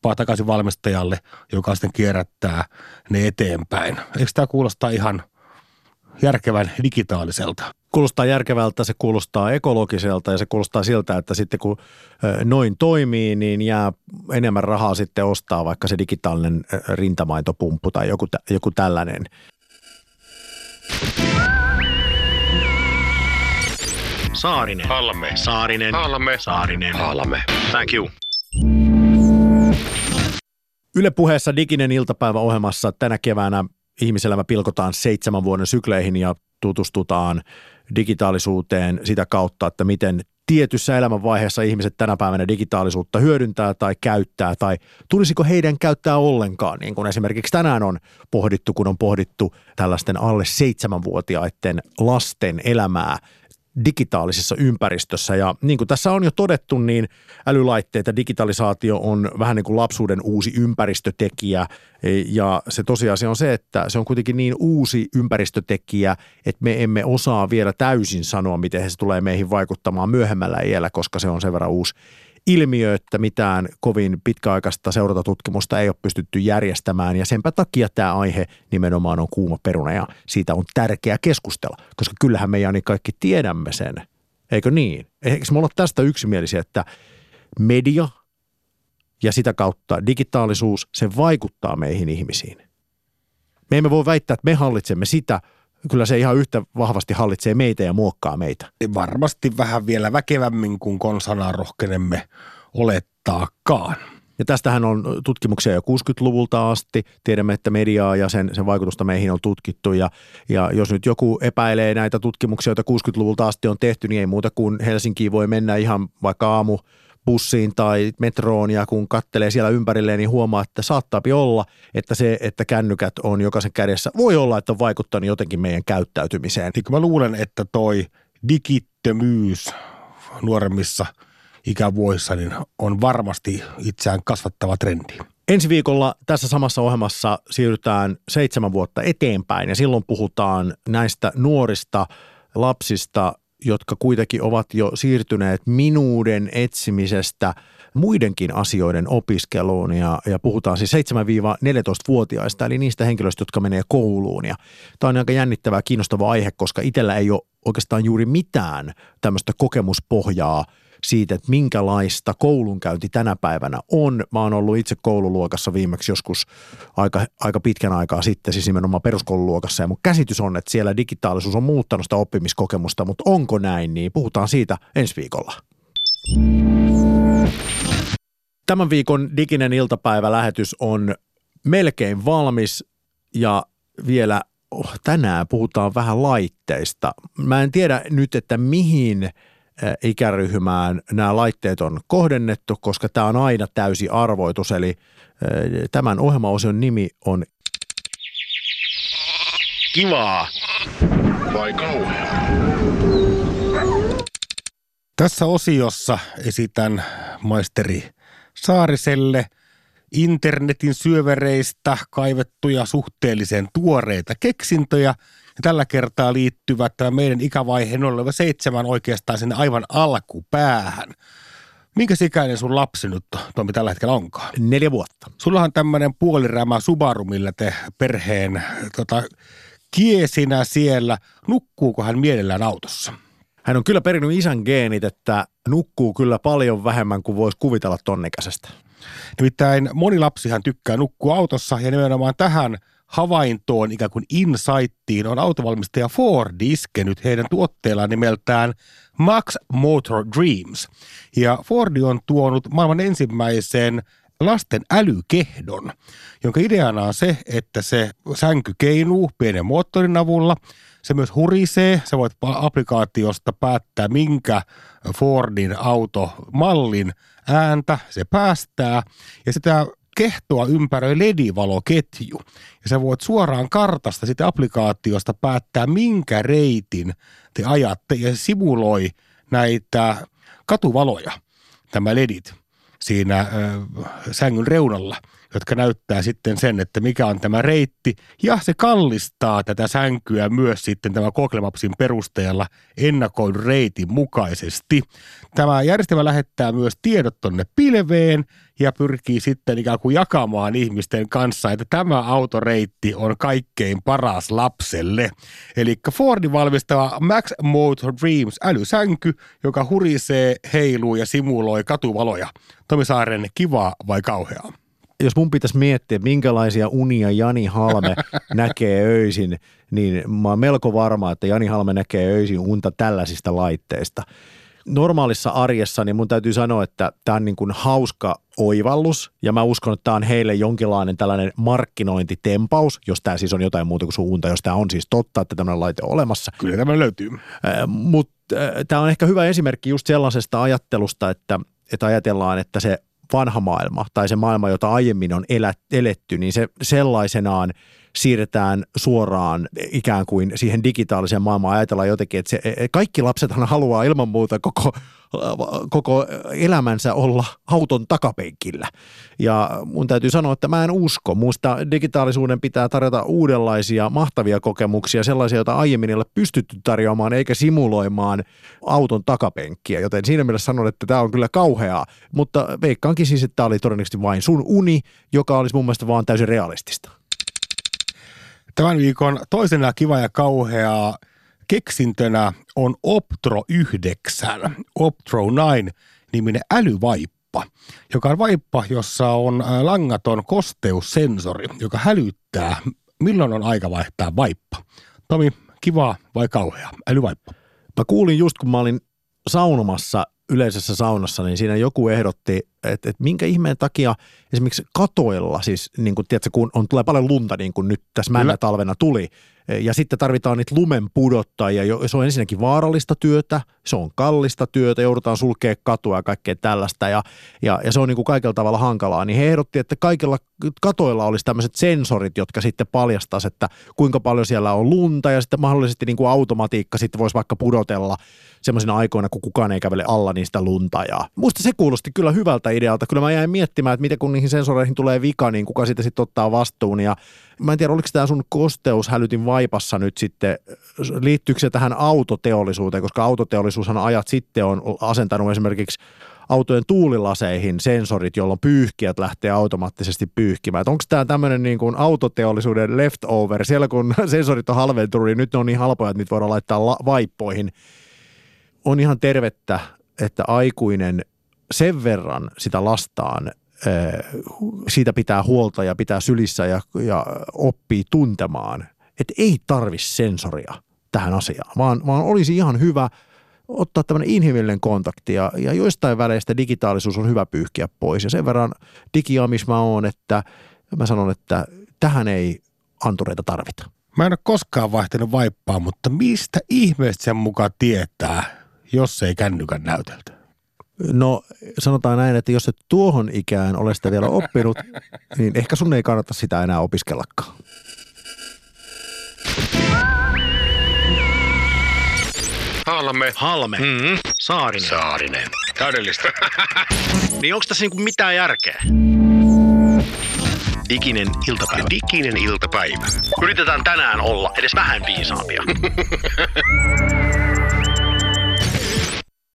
nappaa takaisin valmistajalle, joka sitten kierrättää ne eteenpäin. Eikö tämä kuulostaa ihan järkevän digitaaliselta? Kuulostaa järkevältä, se kuulostaa ekologiselta ja se kuulostaa siltä, että sitten kun noin toimii, niin jää enemmän rahaa sitten ostaa vaikka se digitaalinen rintamaitopumppu tai joku, joku tällainen. Saarinen. Halme. Saarinen. Halme. Saarinen. Halme. Thank you. Yle Puheessa diginen iltapäivä ohjelmassa tänä keväänä ihmiselämä pilkotaan seitsemän vuoden sykleihin ja tutustutaan digitaalisuuteen sitä kautta, että miten tietyssä elämänvaiheessa ihmiset tänä päivänä digitaalisuutta hyödyntää tai käyttää tai tulisiko heidän käyttää ollenkaan, niin kuin esimerkiksi tänään on pohdittu, kun on pohdittu tällaisten alle seitsemänvuotiaiden lasten elämää digitaalisessa ympäristössä. Ja niin kuin tässä on jo todettu, niin älylaitteet ja digitalisaatio on vähän niin kuin lapsuuden uusi ympäristötekijä. Ja se tosiasia on se, että se on kuitenkin niin uusi ympäristötekijä, että me emme osaa vielä täysin sanoa, miten se tulee meihin vaikuttamaan myöhemmällä iällä, koska se on sen verran uusi ilmiö, että mitään kovin pitkäaikaista seurantatutkimusta ei ole pystytty järjestämään ja senpä takia tämä aihe nimenomaan on kuuma peruna ja siitä on tärkeää keskustella, koska kyllähän me Jani kaikki tiedämme sen, eikö niin? Eikö me olla tästä yksimielisiä, että media ja sitä kautta digitaalisuus, se vaikuttaa meihin ihmisiin. Me emme voi väittää, että me hallitsemme sitä, kyllä se ihan yhtä vahvasti hallitsee meitä ja muokkaa meitä. Varmasti vähän vielä väkevämmin kuin konsanaan rohkenemme olettaakaan. Ja tästähän on tutkimuksia jo kuusikymmentäluvulta asti. Tiedämme, että mediaa ja sen, sen vaikutusta meihin on tutkittu. Ja, ja jos nyt joku epäilee näitä tutkimuksia, joita kuusikymmentäluvulta asti on tehty, niin ei muuta kuin Helsinkiin voi mennä ihan vaikka aamu bussiin tai metroon ja kun kattelee siellä ympärilleen, niin huomaa, että saattaapi olla, että se, että kännykät on jokaisen kädessä, voi olla, että on vaikuttanut jotenkin meidän käyttäytymiseen. Niin mä luulen, että toi digittömyys nuoremmissa ikävuosissa niin on varmasti itseään kasvattava trendi. Ensi viikolla tässä samassa ohjelmassa siirrytään seitsemän vuotta eteenpäin ja silloin puhutaan näistä nuorista lapsista, jotka kuitenkin ovat jo siirtyneet minuuden etsimisestä muidenkin asioiden opiskeluun ja, ja puhutaan siis seitsemän-neljätoista-vuotiaista eli niistä henkilöistä, jotka menee kouluun. Ja tämä on aika jännittävä ja kiinnostava aihe, koska itsellä ei ole oikeastaan juuri mitään tämmöistä kokemuspohjaa siitä, että minkälaista koulunkäynti tänä päivänä on. Mä oon ollut itse koululuokassa viimeksi joskus aika, aika pitkän aikaa sitten, siis nimenomaan peruskoululuokassa. Ja mun käsitys on, että siellä digitaalisuus on muuttanut sitä oppimiskokemusta, mutta onko näin, niin puhutaan siitä ensi viikolla. Tämän viikon diginen iltapäivälähetys on melkein valmis ja vielä oh, tänään puhutaan vähän laitteista. Mä en tiedä nyt, että mihin ikäryhmään nämä laitteet on kohdennettu, koska tämä on aina täysi arvoitus, eli tämän ohjelmaosion nimi on Kivaa vai kauheaa? Tässä osiossa esitän maisteri Saariselle internetin syövereistä kaivettuja suhteellisen tuoreita keksintöjä. Ja tällä kertaa liittyvät meidän ikävaiheen nolla seitsemän oikeastaan sinne aivan alkupäähän. Minkäs ikäinen sun lapsi nyt, Tomi, tällä hetkellä onkaan? Neljä vuotta. Sullahan tämmöinen puolirämä Subaru, millä te perheen tota, kiesinä siellä. Nukkuuko hän mielellään autossa? Hän on kyllä perinnyt isän geenit, että nukkuu kyllä paljon vähemmän kuin voisi kuvitella tonnikäisestä. Nimittäin moni lapsihan tykkää nukkua autossa ja nimenomaan tähän havaintoon, ikään kuin insightiin, on autovalmistaja Ford iskenyt heidän tuotteellaan nimeltään Max Motor Dreams. Ja Ford on tuonut maailman ensimmäisen lasten älykehdon, jonka ideana on se, että se sänky keinuu pienen moottorin avulla. Se myös hurisee. Sä voit applikaatiosta päättää, minkä Fordin automallin ääntä se päästää. Ja sitä kehtoa ympäröi L E D-valoketju. Ja sä voit suoraan kartasta sitä applikaatiosta päättää, minkä reitin te ajatte. Ja se simuloi näitä katuvaloja, tämä L E Dit, siinä äh, sängyn reunalla. jotka näyttää sitten sen, että mikä on tämä reitti. Ja se kallistaa tätä sänkyä myös sitten tämä Google Mapsin perusteella ennakoidun reitin mukaisesti. Tämä järjestelmä lähettää myös tiedot tonne pilveen ja pyrkii sitten ikään kuin jakamaan ihmisten kanssa, että tämä autoreitti on kaikkein paras lapselle. Eli Fordin valmistava Max Motor Dreams älysänky, joka hurisee, heiluu ja simuloi katuvaloja. Tomi Saaren, kivaa vai kauheaa? Jos mun pitäisi miettiä, minkälaisia unia Jani Halme näkee öisin, niin mä oon melko varma, että Jani Halme näkee öisin unta tällaisista laitteista. Normaalissa arjessa niin mun täytyy sanoa, että tämä on niin kuin hauska oivallus ja mä uskon, että tämä on heille jonkinlainen tällainen markkinointitempaus, jos tämä siis on jotain muuta kuin sun unta, jos tämä on siis totta, että tämmöinen laite on olemassa. Kyllä tämä löytyy. Äh, Mutta äh, tämä on ehkä hyvä esimerkki just sellaisesta ajattelusta, että, että ajatellaan, että se vanha maailma tai se maailma, jota aiemmin on elä, eletty, niin se sellaisenaan siirretään suoraan ikään kuin siihen digitaaliseen maailmaan. Ajatellaan jotenkin, että se, kaikki lapsethan haluaa ilman muuta koko, koko elämänsä olla auton takapenkillä. Ja mun täytyy sanoa, että mä en usko. Musta digitaalisuuden pitää tarjota uudenlaisia mahtavia kokemuksia, sellaisia, joita aiemmin ei ole pystytty tarjoamaan eikä simuloimaan auton takapenkkiä. Joten siinä mielessä sanon, että tämä on kyllä kauheaa. Mutta veikkaankin siis, että tämä oli todennäköisesti vain sun uni, joka olisi mun mielestä vaan täysin realistista. Tämän viikon toisena kiva ja kauhea keksintönä on Optro yhdeksän, Optro yhdeksän-niminen älyvaippa, joka on vaippa, jossa on langaton kosteussensori, joka hälyttää, milloin on aika vaihtaa vaippa. Tomi, kiva vai kauhea älyvaippa? Mä kuulin just, kun mä olin saunomassa yleisessä saunassa, niin siinä joku ehdotti, että, että minkä ihmeen takia esimerkiksi katoilla, siis niin kuin tiedätkö, kun on, tulee paljon lunta, niin kuin nyt tässä männä talvena tuli, ja sitten tarvitaan niitä lumen pudottajia, se on ensinnäkin vaarallista työtä, se on kallista työtä, joudutaan sulkea katua ja kaikkea tällaista, ja, ja, ja se on niin kuin kaikella tavalla hankalaa, niin he ehdotti, että kaikilla katoilla olisi tämmöiset sensorit, jotka sitten paljastaisi, että kuinka paljon siellä on lunta, ja sitten mahdollisesti niin kuin automatiikka sitten voisi vaikka pudotella semmoisina aikoina, kun kukaan ei kävele alla niistä lunta, ja musta se kuulosti kyllä hyvältä idealta, kyllä mä jäin miettimään, että miten kun niihin sensoreihin tulee vika, niin kuka siitä sitten ottaa vastuun, ja mä en tiedä, oliko tämä sun kosteushälytin vaipassa nyt sitten, liittyykö se tähän autoteollisuuteen, koska autoteollisuushan ajat sitten on asentanut esimerkiksi autojen tuulilaseihin sensorit, jolloin pyyhkijät lähtee automaattisesti pyyhkimään. Et onko tämä tämmöinen niin kuin autoteollisuuden leftover, siellä kun sensorit on halventunut, niin nyt ne on niin halpoja, että niitä voidaan laittaa la- vaippoihin. On ihan tervettä, että aikuinen sen verran sitä lastaan, siitä pitää huolta ja pitää sylissä ja, ja oppii tuntemaan, että ei tarvitse sensoria tähän asiaan, vaan, vaan olisi ihan hyvä ottaa tämmöinen inhimillinen kontakti ja, ja joistain väleistä digitaalisuus on hyvä pyyhkiä pois. Ja sen verran digiamis mä oon, että mä sanon, että tähän ei antureita tarvita. Mä en ole koskaan vaihtanut vaippaa, mutta mistä ihmeestä sen mukaan tietää, jos ei kännykän näytöltä? No sanotaan näin, että jos et tuohon ikään ole sitä vielä oppinut, niin ehkä sun ei kannata sitä enää opiskellakaan. Halme. Halme. Mm-hmm. Saarinen. Saarinen. Täydellistä. Niin onko tässä niinku mitään järkeä? Diginen iltapäivä. Diginen iltapäivä. Yritetään tänään olla edes vähän viisaampia.